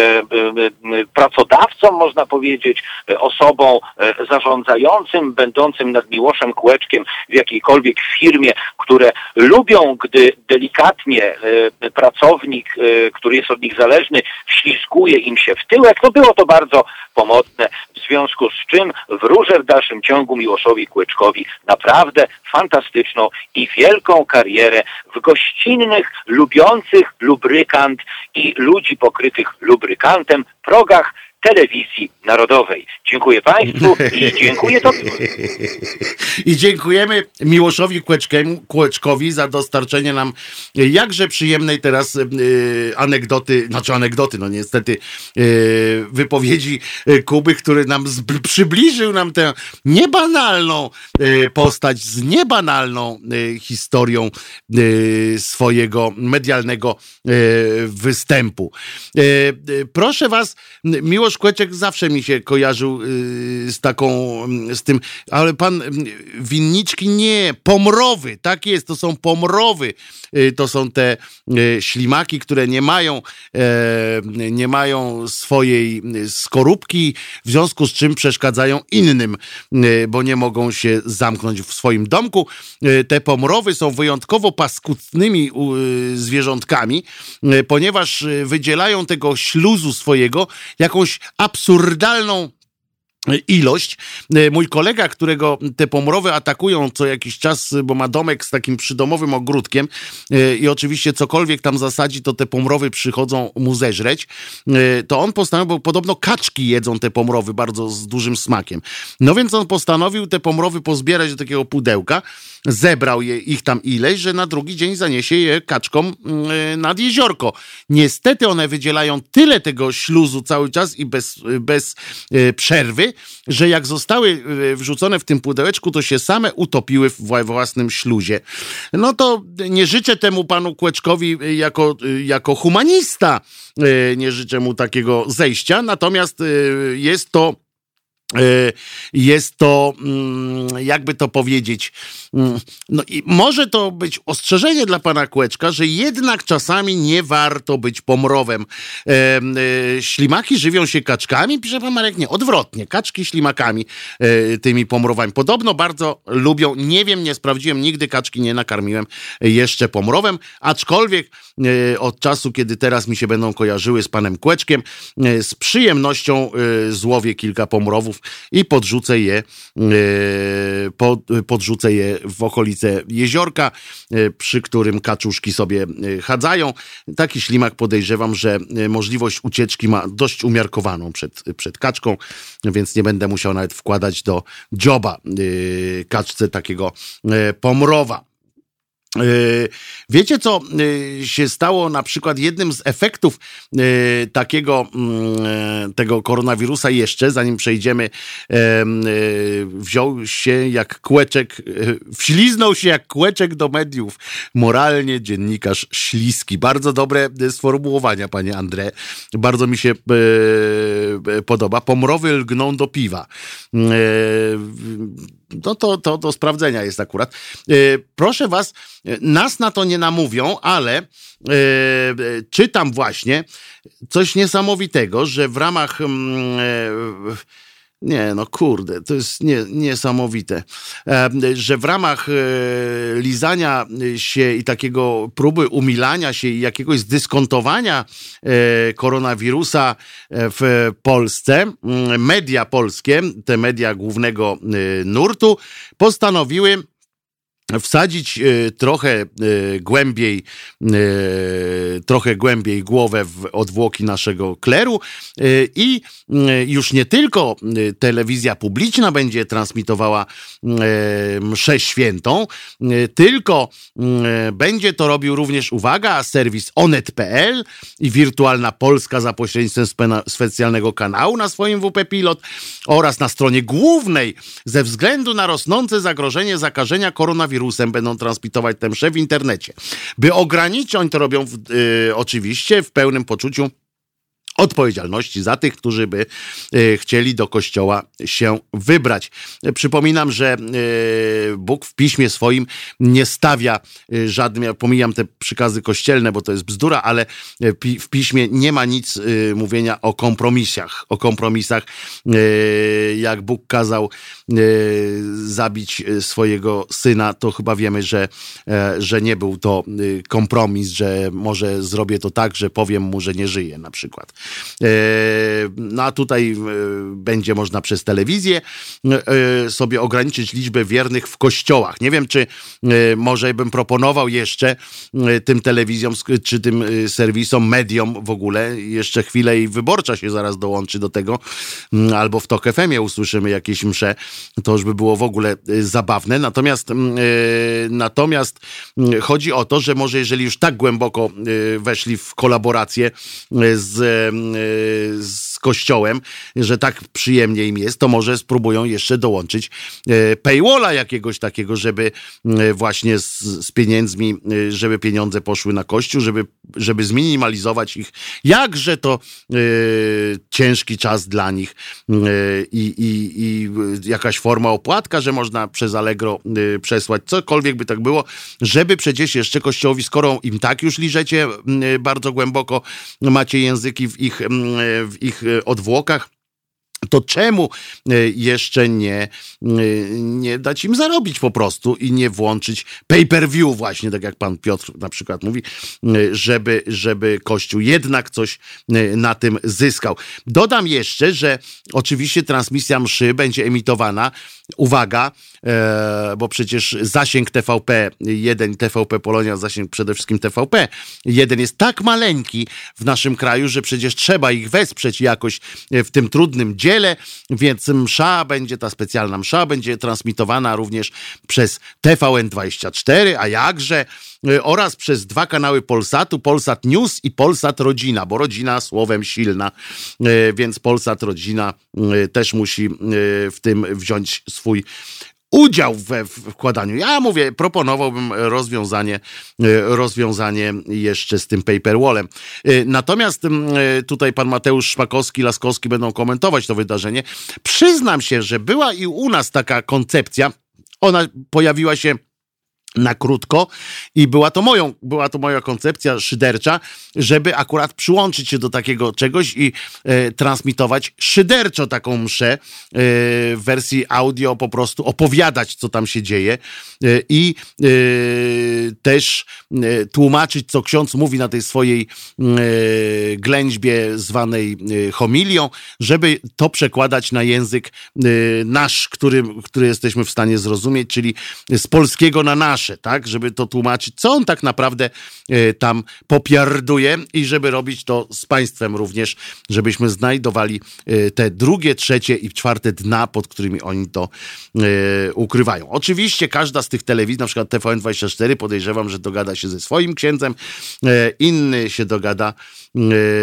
e, pracodawcom, można powiedzieć, e, osobom e, zarządzającym, będącym nad Miłoszem Kłeczkiem w jakiejkolwiek firmie, które lubią, gdy delikatnie e, pracownik, e, który jest od nich zależny, ślizguje im się w tyłek. No było to bardzo pomocne, w związku z czym wróżę w dalszym ciągu Miłoszowi Kłeczkowi naprawdę fantastyczną i wielką karierę w gościnnych, lubiących lubrykant i ludzi pokrytych lubrykantem progach telewizji narodowej. Dziękuję Państwu i dziękuję Tobie. I dziękujemy Miłoszowi Kłeczkowi za dostarczenie nam jakże przyjemnej teraz yy, anegdoty, znaczy anegdoty, no niestety yy, wypowiedzi Kuby, który nam zb- przybliżył nam tę niebanalną yy, postać z niebanalną yy, historią yy, swojego medialnego yy, występu. Yy, yy, proszę Was, Miłosz Kłeczek zawsze mi się kojarzył yy, z taką, z tym, ale pan yy, winniczki nie, pomrowy, tak jest, to są pomrowy, yy, to są te yy, ślimaki, które nie mają yy, nie mają swojej skorupki, w związku z czym przeszkadzają innym, yy, bo nie mogą się zamknąć w swoim domku. Yy, te pomrowy są wyjątkowo paskudnymi yy, zwierzątkami, yy, ponieważ yy, wydzielają tego śluzu swojego jakąś absurdalną ilość. Mój kolega, którego te pomrowy atakują co jakiś czas, bo ma domek z takim przydomowym ogródkiem i oczywiście cokolwiek tam zasadzi, to te pomrowy przychodzą mu zeżreć, to on postanowił, bo podobno kaczki jedzą te pomrowy bardzo z dużym smakiem. No więc on postanowił te pomrowy pozbierać do takiego pudełka, zebrał je, ich tam ileś, że na drugi dzień zaniesie je kaczkom nad jeziorko. Niestety one wydzielają tyle tego śluzu cały czas i bez, bez przerwy, że jak zostały wrzucone w tym pudełeczku, to się same utopiły w własnym śluzie. No to nie życzę temu panu Kłeczkowi jako, jako humanista, nie życzę mu takiego zejścia, natomiast jest to Jest to, jakby to powiedzieć, no i może to być ostrzeżenie dla pana Kłeczka, że jednak czasami nie warto być pomrowem. Ślimaki żywią się kaczkami, pisze pan Marek, nie, odwrotnie, kaczki ślimakami, tymi pomrowami. Podobno bardzo lubią, nie wiem, nie sprawdziłem, nigdy kaczki nie nakarmiłem jeszcze pomrowem, aczkolwiek od czasu, kiedy teraz mi się będą kojarzyły z panem Kłeczkiem, z przyjemnością złowię kilka pomrowów i podrzucę je, pod, podrzucę je w okolice jeziorka, przy którym kaczuszki sobie chadzają. Taki ślimak, podejrzewam, że możliwość ucieczki ma dość umiarkowaną przed, przed kaczką, więc nie będę musiał nawet wkładać do dzioba kaczce takiego pomrowa. Wiecie, co się stało na przykład jednym z efektów takiego tego koronawirusa jeszcze, zanim przejdziemy, wziął się jak Kłeczek, wśliznął się jak Kłeczek do mediów. Moralnie dziennikarz śliski. Bardzo dobre sformułowania, panie André. Bardzo mi się podoba. Pomrowy lgną do piwa. No to, to do sprawdzenia jest akurat. Proszę was, nas na to nie namówią, ale e, czytam właśnie coś niesamowitego, że w ramach e, nie, no kurde, to jest nie, niesamowite, e, że w ramach e, lizania się i takiego próby umilania się i jakiegoś zdyskontowania e, koronawirusa w Polsce, media polskie, te media głównego e, nurtu, postanowiły wsadzić y, trochę y, głębiej y, trochę głębiej głowę w odwłoki naszego kleru y, i y, już nie tylko y, telewizja publiczna będzie transmitowała y, mszę świętą, y, tylko y, będzie to robił również, uwaga, serwis onet kropka pe el i Wirtualna Polska za pośrednictwem spena- specjalnego kanału na swoim W P Pilot oraz na stronie głównej ze względu na rosnące zagrożenie zakażenia koronawirusem będą transmitować tę mszę w internecie. By ograniczyć, oni to robią w, y, oczywiście w pełnym poczuciu odpowiedzialności za tych, którzy by y, chcieli do kościoła się wybrać. Przypominam, że y, Bóg w piśmie swoim nie stawia y, żadnym, ja pomijam te przykazy kościelne, bo to jest bzdura, ale y, pi, w piśmie nie ma nic y, mówienia o kompromisach. O kompromisach, y, jak Bóg kazał y, zabić swojego syna, to chyba wiemy, że, y, że nie był to y, kompromis, że może zrobię to tak, że powiem mu, że nie żyje na przykład. No a tutaj będzie można przez telewizję sobie ograniczyć liczbę wiernych w kościołach. Nie wiem, czy może bym proponował jeszcze tym telewizjom, czy tym serwisom, mediom w ogóle, jeszcze chwilę i Wyborcza się zaraz dołączy do tego, albo w Tok F M ie usłyszymy jakieś msze, to już by było w ogóle zabawne. Natomiast natomiast chodzi o to, że może jeżeli już tak głęboko weszli w kolaborację z z kościołem, że tak przyjemnie im jest, to może spróbują jeszcze dołączyć paywalla jakiegoś takiego, żeby właśnie z, z pieniędzmi, żeby pieniądze poszły na kościół, żeby, żeby zminimalizować ich, jakże to e, ciężki czas dla nich e, i, i, i jakaś forma opłatka, że można przez Allegro e, przesłać, cokolwiek by tak było, żeby przecież jeszcze kościołowi, skoro im tak już liżecie e, bardzo głęboko, macie języki w ich, w ich odwłokach, to czemu jeszcze nie, nie dać im zarobić po prostu i nie włączyć pay-per-view właśnie, tak jak pan Piotr na przykład mówi, żeby, żeby Kościół jednak coś na tym zyskał. Dodam jeszcze, że oczywiście transmisja mszy będzie emitowana, uwaga, e, bo przecież zasięg T V P jeden, T V P Polonia, zasięg przede wszystkim T V P jeden jest tak maleńki w naszym kraju, że przecież trzeba ich wesprzeć jakoś w tym trudnym dziele, więc msza będzie, ta specjalna msza będzie transmitowana również przez T V N dwadzieścia cztery, a jakże, oraz przez dwa kanały Polsatu, Polsat News i Polsat Rodzina, bo rodzina słowem silna, więc Polsat Rodzina też musi w tym wziąć swój udział we wkładaniu. Ja mówię, proponowałbym rozwiązanie, rozwiązanie jeszcze z tym paperwallem. Natomiast tutaj pan Mateusz Szpakowski, Laskowski będą komentować to wydarzenie. Przyznam się, że była i u nas taka koncepcja, ona pojawiła się na krótko i była to moją, była to moja koncepcja szydercza, żeby akurat przyłączyć się do takiego czegoś i e, transmitować szyderczo taką mszę e, w wersji audio, po prostu opowiadać, co tam się dzieje e, i e, też e, tłumaczyć, co ksiądz mówi na tej swojej e, ględźbie zwanej e, homilią, żeby to przekładać na język e, nasz, który, który jesteśmy w stanie zrozumieć, czyli z polskiego na nasz, tak, żeby to tłumaczyć, co on tak naprawdę y, tam popiarduje i żeby robić to z państwem również, żebyśmy znajdowali y, te drugie, trzecie i czwarte dna, pod którymi oni to y, ukrywają. Oczywiście każda z tych telewizji, na przykład T V N dwadzieścia cztery, podejrzewam, że dogada się ze swoim księdzem, y, inny się dogada y,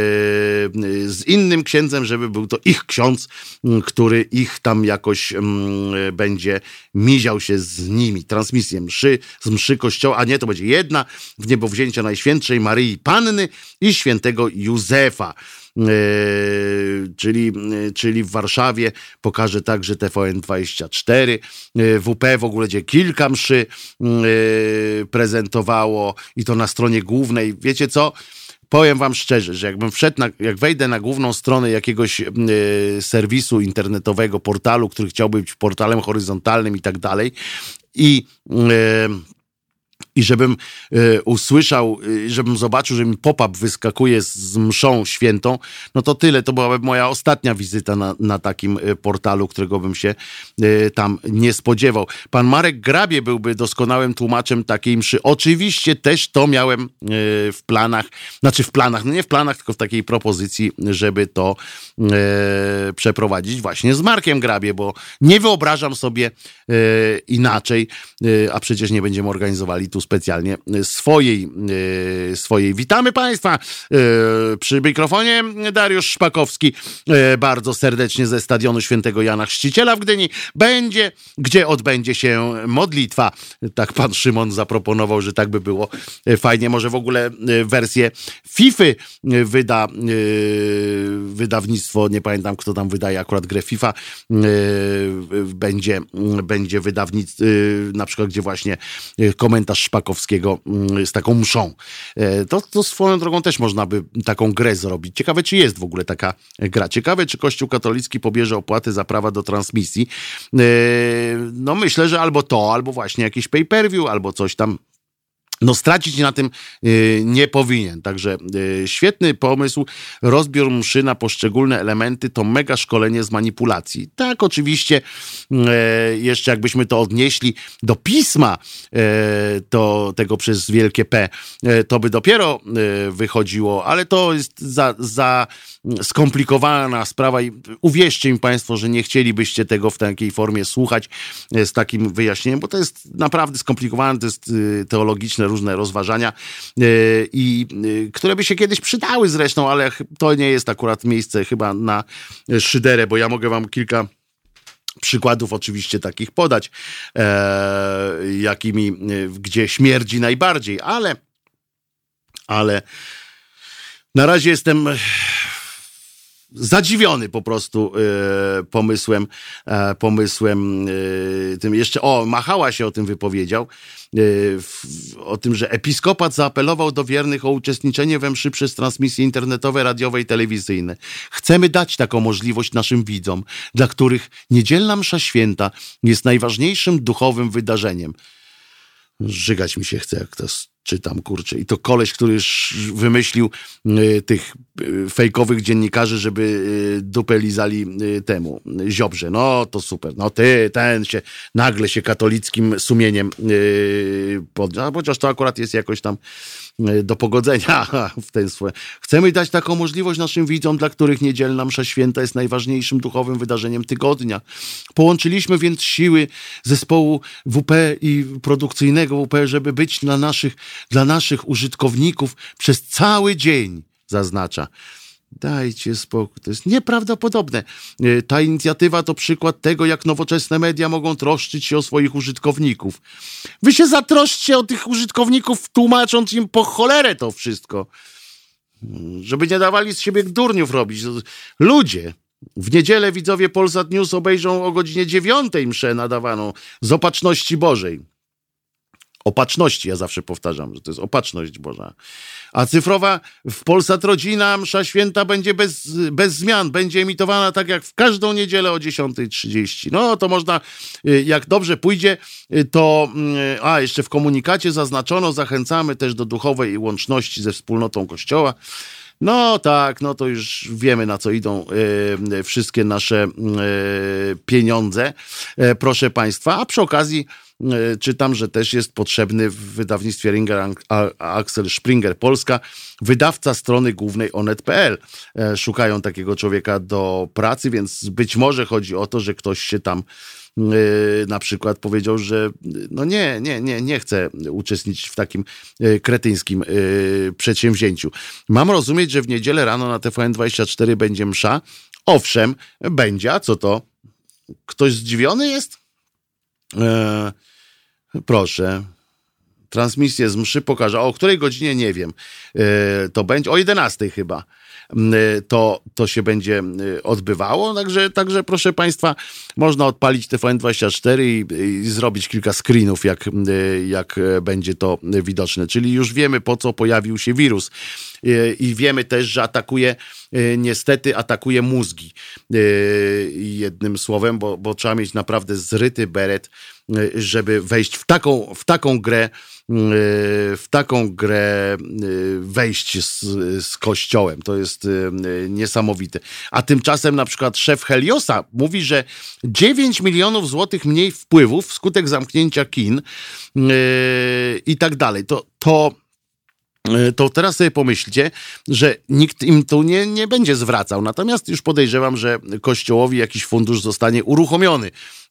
z innym księdzem, żeby był to ich ksiądz, y, który ich tam jakoś y, będzie miział się z nimi. Transmisję mszy, z mszy kościoła, a nie, to będzie jedna w niebowzięcia Najświętszej Maryi Panny i świętego Józefa. Yy, czyli, yy, czyli w Warszawie pokaże także T V N dwadzieścia cztery. Yy, W P w ogóle będzie kilka mszy yy, prezentowało i to na stronie głównej. Wiecie co? Powiem wam szczerze, że jakbym wszedł, na, jak wejdę na główną stronę jakiegoś y, serwisu internetowego, portalu, który chciałby być portalem horyzontalnym i tak dalej, i y, i żebym y, usłyszał, y, żebym zobaczył, że mi pop-up wyskakuje z, z mszą świętą, no to tyle. To byłaby moja ostatnia wizyta na, na takim y, portalu, którego bym się y, tam nie spodziewał. Pan Marek Grabie byłby doskonałym tłumaczem takiej mszy. Oczywiście też to miałem y, w planach, znaczy w planach, no nie w planach, tylko w takiej propozycji, żeby to y, przeprowadzić właśnie z Markiem Grabie, bo nie wyobrażam sobie y, inaczej, y, a przecież nie będziemy organizowali tu specjalnie swojej, yy, swojej. Witamy Państwa yy, przy mikrofonie Dariusz Szpakowski, yy, bardzo serdecznie ze Stadionu Świętego Jana Chrzciciela w Gdyni. Będzie, gdzie odbędzie się modlitwa. Tak pan Szymon zaproponował, że tak by było fajnie. Może w ogóle yy, wersję FIFA wyda yy, wydawnictwo, nie pamiętam kto tam wydaje akurat grę FIFA, yy, będzie, będzie wydawnictwo, yy, na przykład gdzie właśnie komentarz Szpakowskiego z taką mszą. To, to swoją drogą też można by taką grę zrobić. Ciekawe, czy jest w ogóle taka gra. Ciekawe, czy Kościół katolicki pobierze opłaty za prawa do transmisji. No myślę, że albo to, albo właśnie jakiś pay-per-view, albo coś tam. No stracić na tym y, nie powinien. Także y, świetny pomysł. Rozbiór mszy na poszczególne elementy to mega szkolenie z manipulacji. Tak, oczywiście y, jeszcze jakbyśmy to odnieśli do pisma, y, to tego przez wielkie P, y, to by dopiero y, wychodziło, ale to jest za, za skomplikowana sprawa i uwierzcie mi Państwo, że nie chcielibyście tego w takiej formie słuchać y, z takim wyjaśnieniem, bo to jest naprawdę skomplikowane, to jest y, teologiczne różne rozważania, yy, i yy, które by się kiedyś przydały zresztą, ale to nie jest akurat miejsce chyba na szyderę, bo ja mogę wam kilka przykładów oczywiście takich podać, e, jakimi, e, gdzie śmierdzi najbardziej, ale ale na razie jestem zadziwiony po prostu e, pomysłem, e, pomysłem e, tym jeszcze, o, Machała się o tym wypowiedział, e, w, o tym, że episkopat zaapelował do wiernych o uczestniczenie we mszy przez transmisje internetowe, radiowe i telewizyjne. Chcemy dać taką możliwość naszym widzom, dla których niedzielna msza święta jest najważniejszym duchowym wydarzeniem. Żygać mi się chce, jak to czytam, kurczę. I to koleś, który już wymyślił y, tych y, fejkowych dziennikarzy, żeby y, dupę lizali y, temu Ziobrze. No to super. No ty, ten się, nagle się katolickim sumieniem y, podniósł. Chociaż to akurat jest jakoś tam y, do pogodzenia w ten swój. Chcemy dać taką możliwość naszym widzom, dla których niedzielna msza święta jest najważniejszym duchowym wydarzeniem tygodnia. Połączyliśmy więc siły zespołu W P i produkcyjnego W P, żeby być dla naszych dla naszych użytkowników przez cały dzień, zaznacza. Dajcie spokój, to jest nieprawdopodobne. Ta inicjatywa to przykład tego, jak nowoczesne media mogą troszczyć się o swoich użytkowników. Wy się zatroszczcie o tych użytkowników, tłumacząc im po cholerę to wszystko. Żeby nie dawali z siebie durniów robić. Ludzie, w niedzielę widzowie Polsat News obejrzą o godzinie dziewiątej mszę nadawaną z Opatrzności Bożej. Opatrzności, ja zawsze powtarzam, że to jest opatrzność Boża. A cyfrowa w Polsat Rodzina msza święta będzie bez, bez zmian, będzie emitowana tak jak w każdą niedzielę o dziesiątej trzydzieści. No to można, jak dobrze pójdzie, to, a jeszcze w komunikacie zaznaczono, zachęcamy też do duchowej łączności ze wspólnotą Kościoła. No tak, no to już wiemy, na co idą y, wszystkie nasze y, pieniądze, y, proszę Państwa. A przy okazji y, czytam, że też jest potrzebny w wydawnictwie Ringer Axel Springer Polska wydawca strony głównej onet kropka pe el. Y, szukają takiego człowieka do pracy, więc być może chodzi o to, że ktoś się tam Yy, na przykład powiedział, że no nie, nie, nie, nie chcę uczestniczyć w takim yy, kretyńskim yy, przedsięwzięciu. Mam rozumieć, że w niedzielę rano na T V N dwadzieścia cztery będzie msza? Owszem, będzie. A co to? Ktoś zdziwiony jest? Yy, proszę. Transmisję z mszy pokażę. O której godzinie nie wiem. Yy, to będzie o jedenastej chyba. To, to się będzie odbywało, także, także proszę Państwa, można odpalić T V N dwadzieścia cztery i, i zrobić kilka screenów, jak, jak będzie to widoczne, czyli już wiemy, po co pojawił się wirus i wiemy też, że atakuje, niestety atakuje mózgi, jednym słowem, bo, bo trzeba mieć naprawdę zryty beret, żeby wejść w taką, w taką grę, w taką grę wejść z, z Kościołem. To jest niesamowite. A tymczasem na przykład szef Heliosa mówi, że dziewięć milionów złotych mniej wpływów wskutek zamknięcia kin i tak dalej. To, to to teraz sobie pomyślcie, że nikt im tu nie, nie będzie zwracał. Natomiast już podejrzewam, że Kościołowi jakiś fundusz zostanie uruchomiony,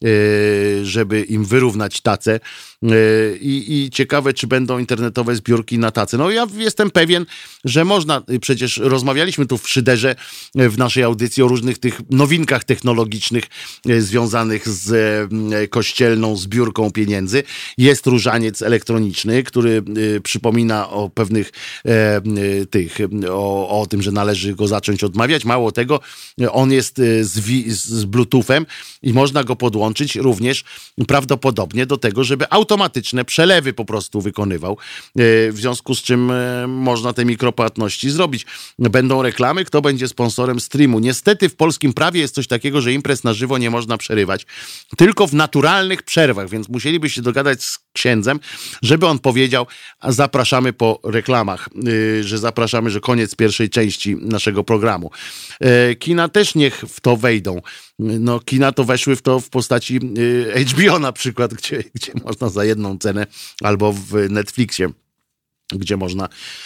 żeby im wyrównać tacę. I, I ciekawe, czy będą internetowe zbiórki na tacę. No ja jestem pewien, że można, przecież rozmawialiśmy tu w Szyderze w naszej audycji o różnych tych nowinkach technologicznych związanych z kościelną zbiórką pieniędzy. Jest różaniec elektroniczny, który przypomina o pewnych e, tych, o, o tym, że należy go zacząć odmawiać. Mało tego, on jest z, wi- z Bluetoothem i można go podłączyć również prawdopodobnie do tego, żeby automatyczne przelewy po prostu wykonywał, w związku z czym można te mikropłatności zrobić. Będą reklamy, kto będzie sponsorem streamu. Niestety w polskim prawie jest coś takiego, że imprez na żywo nie można przerywać, tylko w naturalnych przerwach, więc musieliby się dogadać z księdzem, żeby on powiedział, a zapraszamy po reklamach, że zapraszamy, że koniec pierwszej części naszego programu. Kina też niech w to wejdą. No, kina to weszły w to w postaci H B O na przykład, gdzie, gdzie można za jedną cenę, albo w Netflixie, gdzie można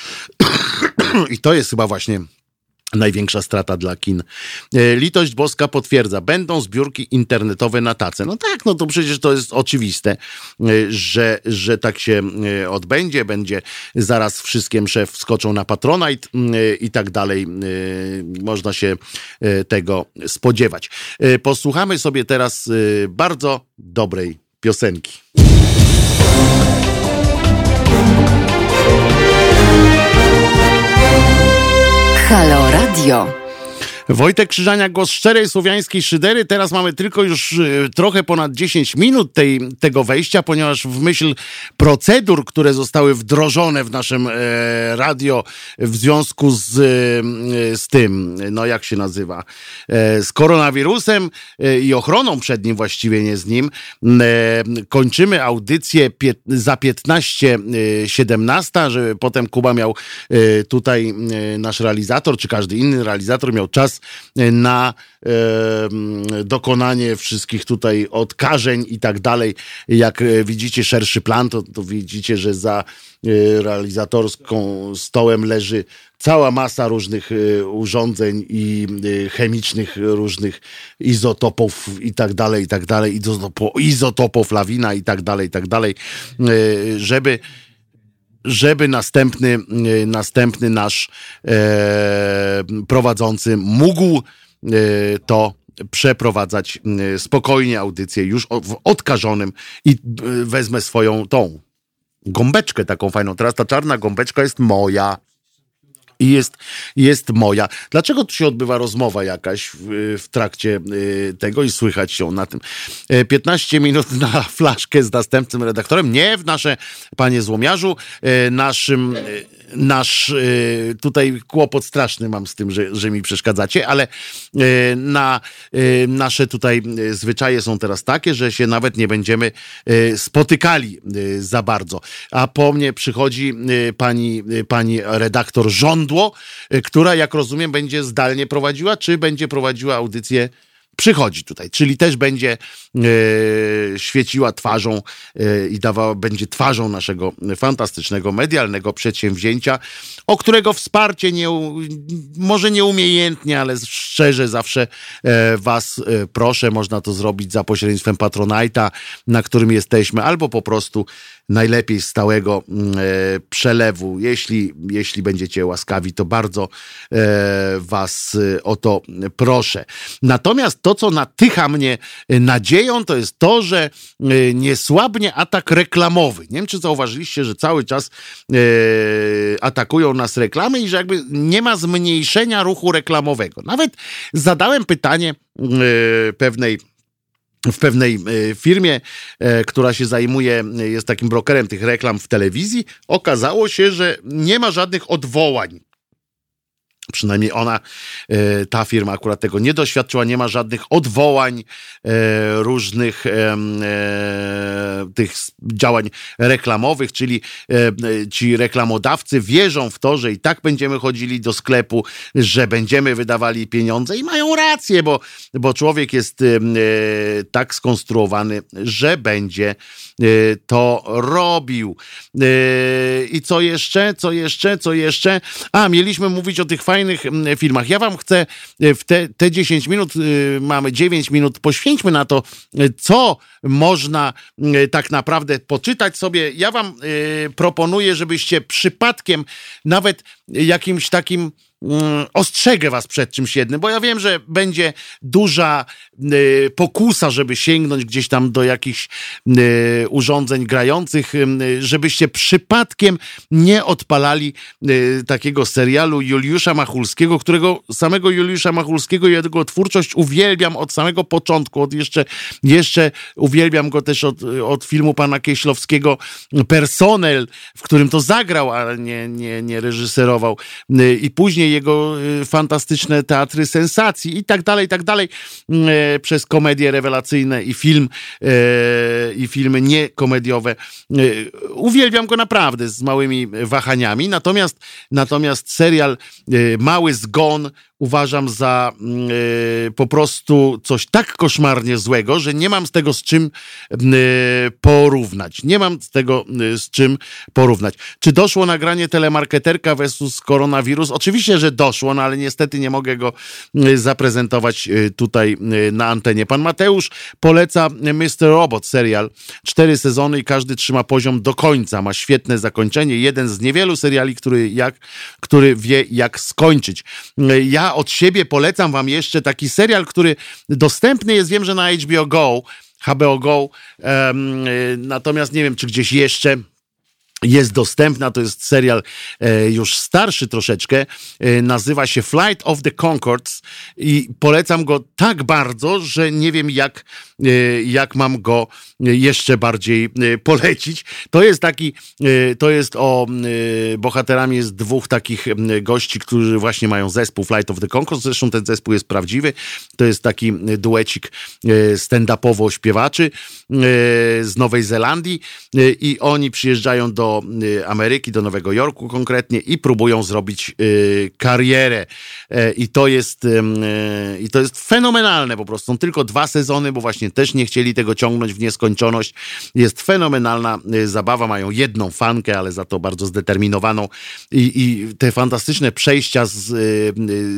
i to jest chyba właśnie największa strata dla kin. Litość Boska potwierdza, będą zbiórki internetowe na tacę. No tak, no to przecież to jest oczywiste, że, że tak się odbędzie. Będzie zaraz wszystkie msze wskoczą na Patronite i tak dalej. Można się tego spodziewać. Posłuchamy sobie teraz bardzo dobrej piosenki. Halo Radio. Wojtek Krzyżania, głos szczerej słowiańskiej szydery. Teraz mamy tylko już y, trochę ponad dziesięć minut tej, tego wejścia, ponieważ w myśl procedur, które zostały wdrożone w naszym e, radio w związku z, e, z tym, no jak się nazywa, e, z koronawirusem e, i ochroną przed nim, właściwie nie z nim, e, kończymy audycję pie, za piętnaście siedemnaście, żeby potem Kuba miał e, tutaj e, nasz realizator, czy każdy inny realizator miał czas na e, dokonanie wszystkich tutaj odkażeń i tak dalej. Jak widzicie szerszy plan, to, to widzicie, że za e, realizatorską stołem leży cała masa różnych e, urządzeń i e, chemicznych różnych izotopów i tak dalej, i tak dalej, izotopo, izotopów lawina i tak dalej, i tak dalej, e, żeby żeby następny, następny nasz e, prowadzący mógł e, to przeprowadzać e, spokojnie audycję już o, w odkażonym i e, wezmę swoją tą gąbeczkę taką fajną. Teraz ta czarna gąbeczka jest moja. I jest, jest moja. Dlaczego tu się odbywa rozmowa jakaś w, w trakcie y, tego i słychać ją na tym? Y, piętnaście minut na flaszkę z następnym redaktorem. Nie w nasze, panie złomiarzu, y, naszym, y, nasz y, tutaj kłopot straszny mam z tym, że, że mi przeszkadzacie, ale y, na y, nasze tutaj zwyczaje są teraz takie, że się nawet nie będziemy y, spotykali y, za bardzo. A po mnie przychodzi y, pani, y, pani redaktor rządu, która, jak rozumiem, będzie zdalnie prowadziła, czy będzie prowadziła audycję, przychodzi tutaj, czyli też będzie e, świeciła twarzą e, i dawała, będzie twarzą naszego fantastycznego, medialnego przedsięwzięcia, o którego wsparcie nie, może nieumiejętnie, ale szczerze zawsze e, was e, proszę. Można to zrobić za pośrednictwem Patronite'a, na którym jesteśmy, albo po prostu najlepiej z stałego e, przelewu. Jeśli, jeśli będziecie łaskawi, to bardzo e, was e, o to proszę. Natomiast to, co natycha mnie nadzieją, to jest to, że e, nie słabnie atak reklamowy. Nie wiem, czy zauważyliście, że cały czas e, atakują nas reklamy i że jakby nie ma zmniejszenia ruchu reklamowego. Nawet zadałem pytanie e, pewnej w pewnej firmie, która się zajmuje, jest takim brokerem tych reklam w telewizji, okazało się, że nie ma żadnych odwołań Przynajmniej ona, ta firma akurat tego nie doświadczyła, nie ma żadnych odwołań różnych tych działań reklamowych, czyli ci reklamodawcy wierzą w to, że i tak będziemy chodzili do sklepu, że będziemy wydawali pieniądze i mają rację, bo, bo człowiek jest tak skonstruowany, że będzie to robił. I co jeszcze? Co jeszcze? Co jeszcze? A, mieliśmy mówić o tych fajnych filmach. Ja wam chcę w te, te dziesięć minut, mamy dziewięć minut, poświęćmy na to, co można tak naprawdę poczytać sobie. Ja wam proponuję, żebyście przypadkiem nawet jakimś takim ostrzegę was przed czymś jednym, bo ja wiem, że będzie duża y, pokusa, żeby sięgnąć gdzieś tam do jakichś y, urządzeń grających, y, żebyście przypadkiem nie odpalali y, takiego serialu Juliusza Machulskiego, którego samego Juliusza Machulskiego i jego twórczość uwielbiam od samego początku, od jeszcze, jeszcze uwielbiam go też od, od filmu pana Kieślowskiego Personel, w którym to zagrał, ale nie, nie, nie reżyserował. Y, I później jego fantastyczne teatry sensacji i tak dalej, i tak dalej, e, przez komedie rewelacyjne i film, e, i filmy niekomediowe. E, uwielbiam go naprawdę z małymi wahaniami, natomiast, natomiast serial e, Mały Zgon uważam za y, po prostu coś tak koszmarnie złego, że nie mam z tego z czym y, porównać. Nie mam z tego y, z czym porównać. Czy doszło nagranie telemarketerka versus koronawirus? Oczywiście, że doszło, no ale niestety nie mogę go y, zaprezentować y, tutaj y, na antenie. Pan Mateusz poleca mister Robot serial. Cztery sezony i każdy trzyma poziom do końca. Ma świetne zakończenie. Jeden z niewielu seriali, który, jak, który wie jak skończyć. Y, ja od siebie polecam wam jeszcze taki serial, który dostępny jest, wiem, że na H B O Go, H B O Go, um, natomiast nie wiem, czy gdzieś jeszcze jest dostępna, to jest serial e, już starszy troszeczkę, e, nazywa się Flight of the Conchords i polecam go tak bardzo, że nie wiem jak, e, jak mam go jeszcze bardziej e, polecić. To jest taki, e, to jest o, e, bohaterami jest dwóch takich e, gości, którzy właśnie mają zespół Flight of the Conchords, zresztą ten zespół jest prawdziwy, to jest taki duecik e, stand-upowo śpiewaczy e, z Nowej Zelandii e, i oni przyjeżdżają do Ameryki, do Nowego Jorku konkretnie i próbują zrobić y, karierę. E, I to jest y, i to jest fenomenalne po prostu. Są tylko dwa sezony, bo właśnie też nie chcieli tego ciągnąć w nieskończoność. Jest fenomenalna y, zabawa. Mają jedną fankę, ale za to bardzo zdeterminowaną. I, i te fantastyczne przejścia z, y,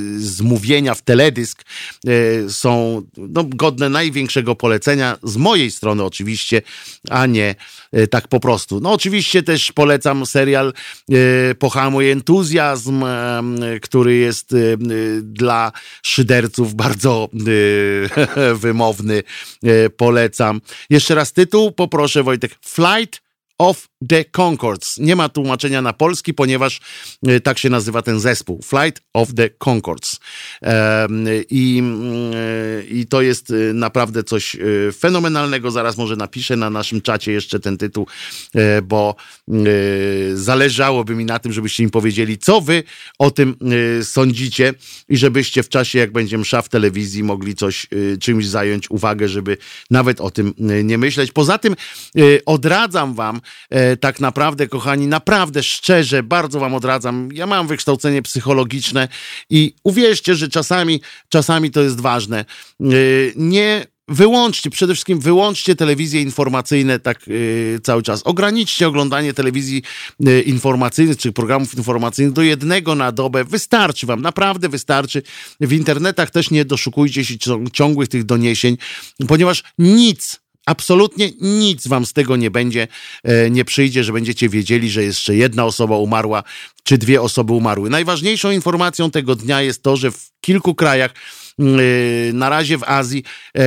z mówienia w teledysk y, są no, godne największego polecenia z mojej strony oczywiście, a nie y, tak po prostu. No oczywiście też polecam serial y, Pohamuj entuzjazm, y, który jest y, dla szyderców bardzo y, wymowny. Y, polecam. Jeszcze raz tytuł poproszę, Wojtek. Flight of the Conchords. Nie ma tłumaczenia na polski, ponieważ y, tak się nazywa ten zespół. Flight of the Conchords. I y, y, to jest y, naprawdę coś y, fenomenalnego. Zaraz może napiszę na naszym czacie jeszcze ten tytuł, y, bo y, zależałoby mi na tym, żebyście mi powiedzieli, co wy o tym y, sądzicie i żebyście w czasie, jak będzie msza w telewizji, mogli coś, y, czymś zająć uwagę, żeby nawet o tym y, nie myśleć. Poza tym y, odradzam wam E, tak naprawdę, kochani, naprawdę szczerze, bardzo wam odradzam. Ja mam wykształcenie psychologiczne i uwierzcie, że czasami, czasami to jest ważne. E, nie wyłączcie, przede wszystkim wyłączcie telewizje informacyjne tak e, cały czas. Ograniczcie oglądanie telewizji e, informacyjnych czy programów informacyjnych do jednego na dobę. Wystarczy wam, naprawdę wystarczy. W internetach też nie doszukujcie się ciągłych tych doniesień, ponieważ nic, absolutnie nic wam z tego nie będzie, nie przyjdzie, że będziecie wiedzieli, że jeszcze jedna osoba umarła, czy dwie osoby umarły. Najważniejszą informacją tego dnia jest to, że w kilku krajach, na razie w Azji,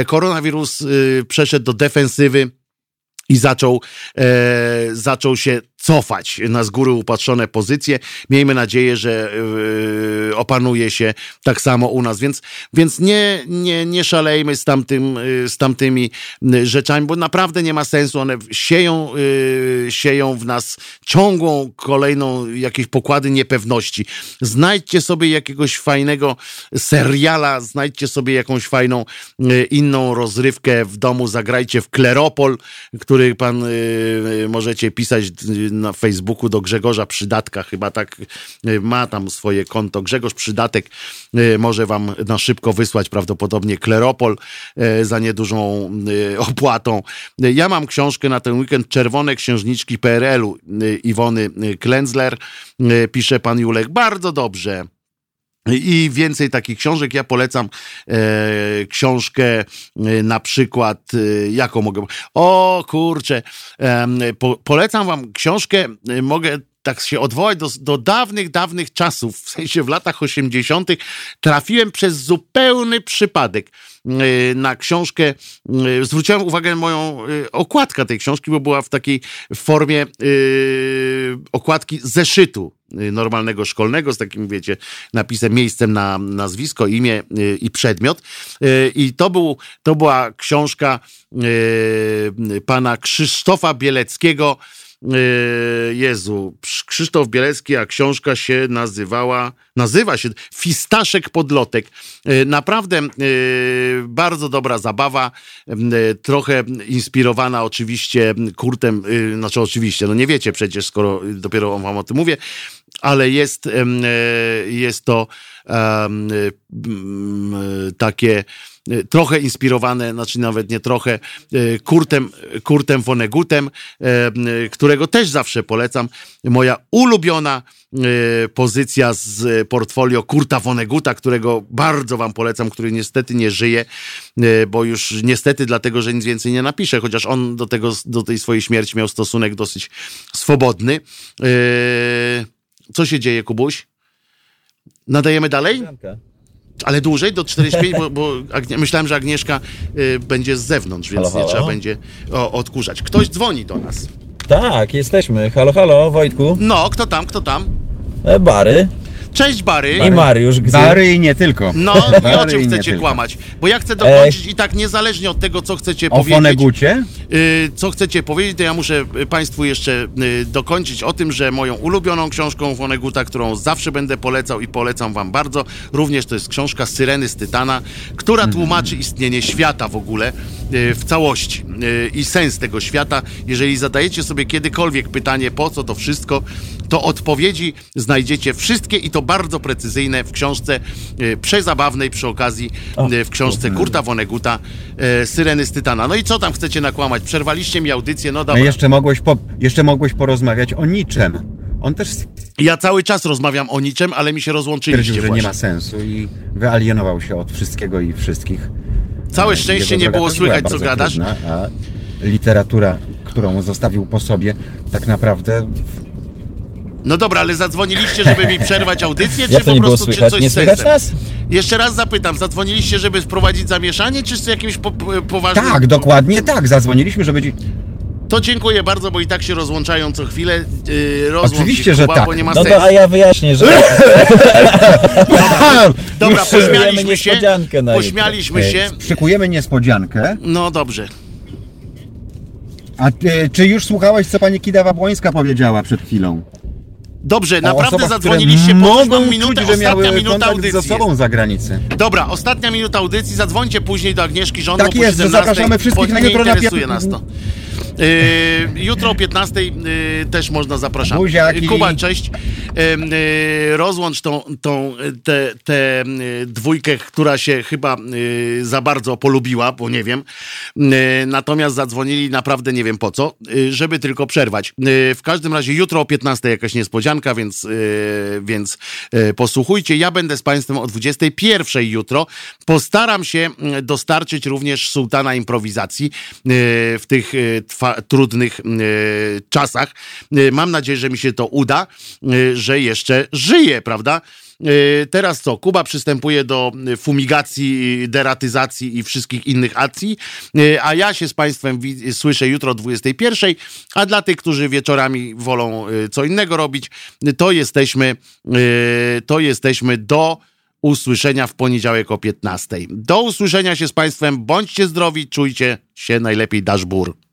koronawirus przeszedł do defensywy i zaczął, e, zaczął się cofać na z góry upatrzone pozycje. Miejmy nadzieję, że yy, opanuje się tak samo u nas, więc, więc nie, nie, nie szalejmy z, tamtym, yy, z tamtymi yy, rzeczami, bo naprawdę nie ma sensu. One sieją, yy, sieją w nas ciągłą, kolejną jakieś pokłady niepewności. Znajdźcie sobie jakiegoś fajnego seriala, znajdźcie sobie jakąś fajną yy, inną rozrywkę w domu, zagrajcie w Kleropol, który pan yy, możecie pisać na Facebooku do Grzegorza Przydatka, chyba tak ma tam swoje konto. Grzegorz Przydatek może wam na szybko wysłać prawdopodobnie Kleropol za niedużą opłatą. Ja mam książkę na ten weekend Czerwone księżniczki P R L u Iwony Klenzler, pisze pan Julek. Bardzo dobrze. I więcej takich książek. Ja polecam e, książkę e, na przykład, e, jaką mogę... O kurczę, e, po, polecam wam książkę, e, mogę tak się odwołać do, do dawnych, dawnych czasów, w sensie w latach osiemdziesiątych trafiłem przez zupełny przypadek na książkę, zwróciłem uwagę na moją okładkę tej książki, bo była w takiej formie yy, okładki zeszytu normalnego szkolnego, z takim, wiecie, napisem, miejscem na nazwisko, imię yy, i przedmiot. Yy, I to, był, to była książka yy, pana Krzysztofa Bieleckiego. Jezu, Krzysztof Bielecki, a książka się nazywała, nazywa się Fistaszek Podlotek. Naprawdę bardzo dobra zabawa, trochę inspirowana oczywiście Kurtem, znaczy oczywiście, no nie wiecie przecież, skoro dopiero wam o tym mówię, ale jest, jest to takie trochę inspirowane, znaczy nawet nie trochę, Kurtem, Kurtem Vonnegutem, którego też zawsze polecam. Moja ulubiona pozycja z portfolio Kurta Vonneguta, którego bardzo wam polecam, który niestety nie żyje, bo już niestety dlatego, że nic więcej nie napisze, chociaż on do tego, do tej swojej śmierci miał stosunek dosyć swobodny. Co się dzieje, Kubuś? Nadajemy dalej? Ale dłużej, do czterdziestu pięciu, bo, bo Agnie- myślałem, że Agnieszka y, będzie z zewnątrz, więc Halo, nie halo? trzeba będzie o, odkurzać. Ktoś dzwoni do nas. Tak, jesteśmy. Halo, halo, Wojtku. No, kto tam, kto tam? E, Bary. Cześć, Bary. I Mariusz. Gzy. Bary i nie tylko. No, i o Bary czym i nie chcecie tylko. kłamać? Bo ja chcę dokończyć i tak niezależnie od tego, co chcecie O powiedzieć. Vonnegucie? y, co chcecie powiedzieć, to ja muszę y, Państwu jeszcze y, dokończyć o tym, że moją ulubioną książką Vonneguta, którą zawsze będę polecał i polecam wam bardzo, również to jest książka Syreny z Tytana, która tłumaczy istnienie świata w ogóle y, w całości y, i sens tego świata. Jeżeli zadajecie sobie kiedykolwiek pytanie, po co to wszystko, to odpowiedzi znajdziecie wszystkie i to bardzo precyzyjne w książce y, przezabawnej przy okazji, y, w książce Kurta Vonneguta y, Syreny z Tytana. No i co tam chcecie nakłamać? Przerwaliście mi audycję, no A dobra. jeszcze mogłeś, po, jeszcze mogłeś porozmawiać o niczym. On też Ja cały czas rozmawiam o niczym, ale mi się rozłączyliście stwierdził, że właśnie. nie ma sensu i wyalienował się od wszystkiego i wszystkich. Całe E, szczęście jego nie droga było też była słychać, co bardzo gadasz. trudna, a literatura, którą zostawił po sobie, tak naprawdę... No dobra, ale zadzwoniliście, żeby mi przerwać audycję, czy Jak to po nie było prostu czy słychać? coś Nie z słychać sensem? nas? Jeszcze raz zapytam, zadzwoniliście, żeby wprowadzić zamieszanie, czy z jakimś po, po, poważnym... Tak, dokładnie tak. Zadzwoniliśmy, żeby... ci- To dziękuję bardzo, bo i tak się rozłączają co chwilę. Yy, rozłącz Oczywiście, się, że Kuba, tak. bo nie ma No sensu. to a ja wyjaśnię, że Dobra, szykujemy pośmialiśmy się, niespodziankę na pośmialiśmy e, się. Szykujemy niespodziankę. No dobrze. A e, czy już słuchałeś, co pani Kidawa-Błońska powiedziała przed chwilą? Dobrze, O naprawdę osobach, zadzwoniliście, które bo już mam mogą minutę, czuć, że ostatnia miały minuta kontakt audycji z osobą jest. za granicy. Dobra, ostatnia minuta audycji, zadzwońcie później do Agnieszki Żądą Tak po jest, że siedemnastej, zapraszamy wszystkich bo na nie jutro na interesuje pier- nas to. Yy, jutro o piętnastej yy, też można zapraszać. Buziaki. Kuba, cześć. Yy, yy, rozłącz tą, tą tę te, yy, dwójkę, która się chyba yy, za bardzo polubiła, bo nie wiem. Yy, natomiast zadzwonili naprawdę nie wiem po co, yy, żeby tylko przerwać. Yy, w każdym razie jutro o piętnastej jakaś niespodzianka, więc, yy, więc yy, posłuchujcie. Ja będę z Państwem o dwudziestej pierwszej jutro. Postaram się yy, dostarczyć również sułtana improwizacji yy, w tych yy, twa- trudnych e, czasach. E, mam nadzieję, że mi się to uda, e, że jeszcze żyję, prawda? Teraz co? Kuba przystępuje do fumigacji, deratyzacji i wszystkich innych akcji, a ja się z Państwem wi- słyszę jutro o dwudziestej pierwszej, a dla tych, którzy wieczorami wolą co innego robić, to jesteśmy, to jesteśmy do usłyszenia w poniedziałek o piętnastej. Do usłyszenia się z Państwem, bądźcie zdrowi, czujcie się najlepiej, Daszbur.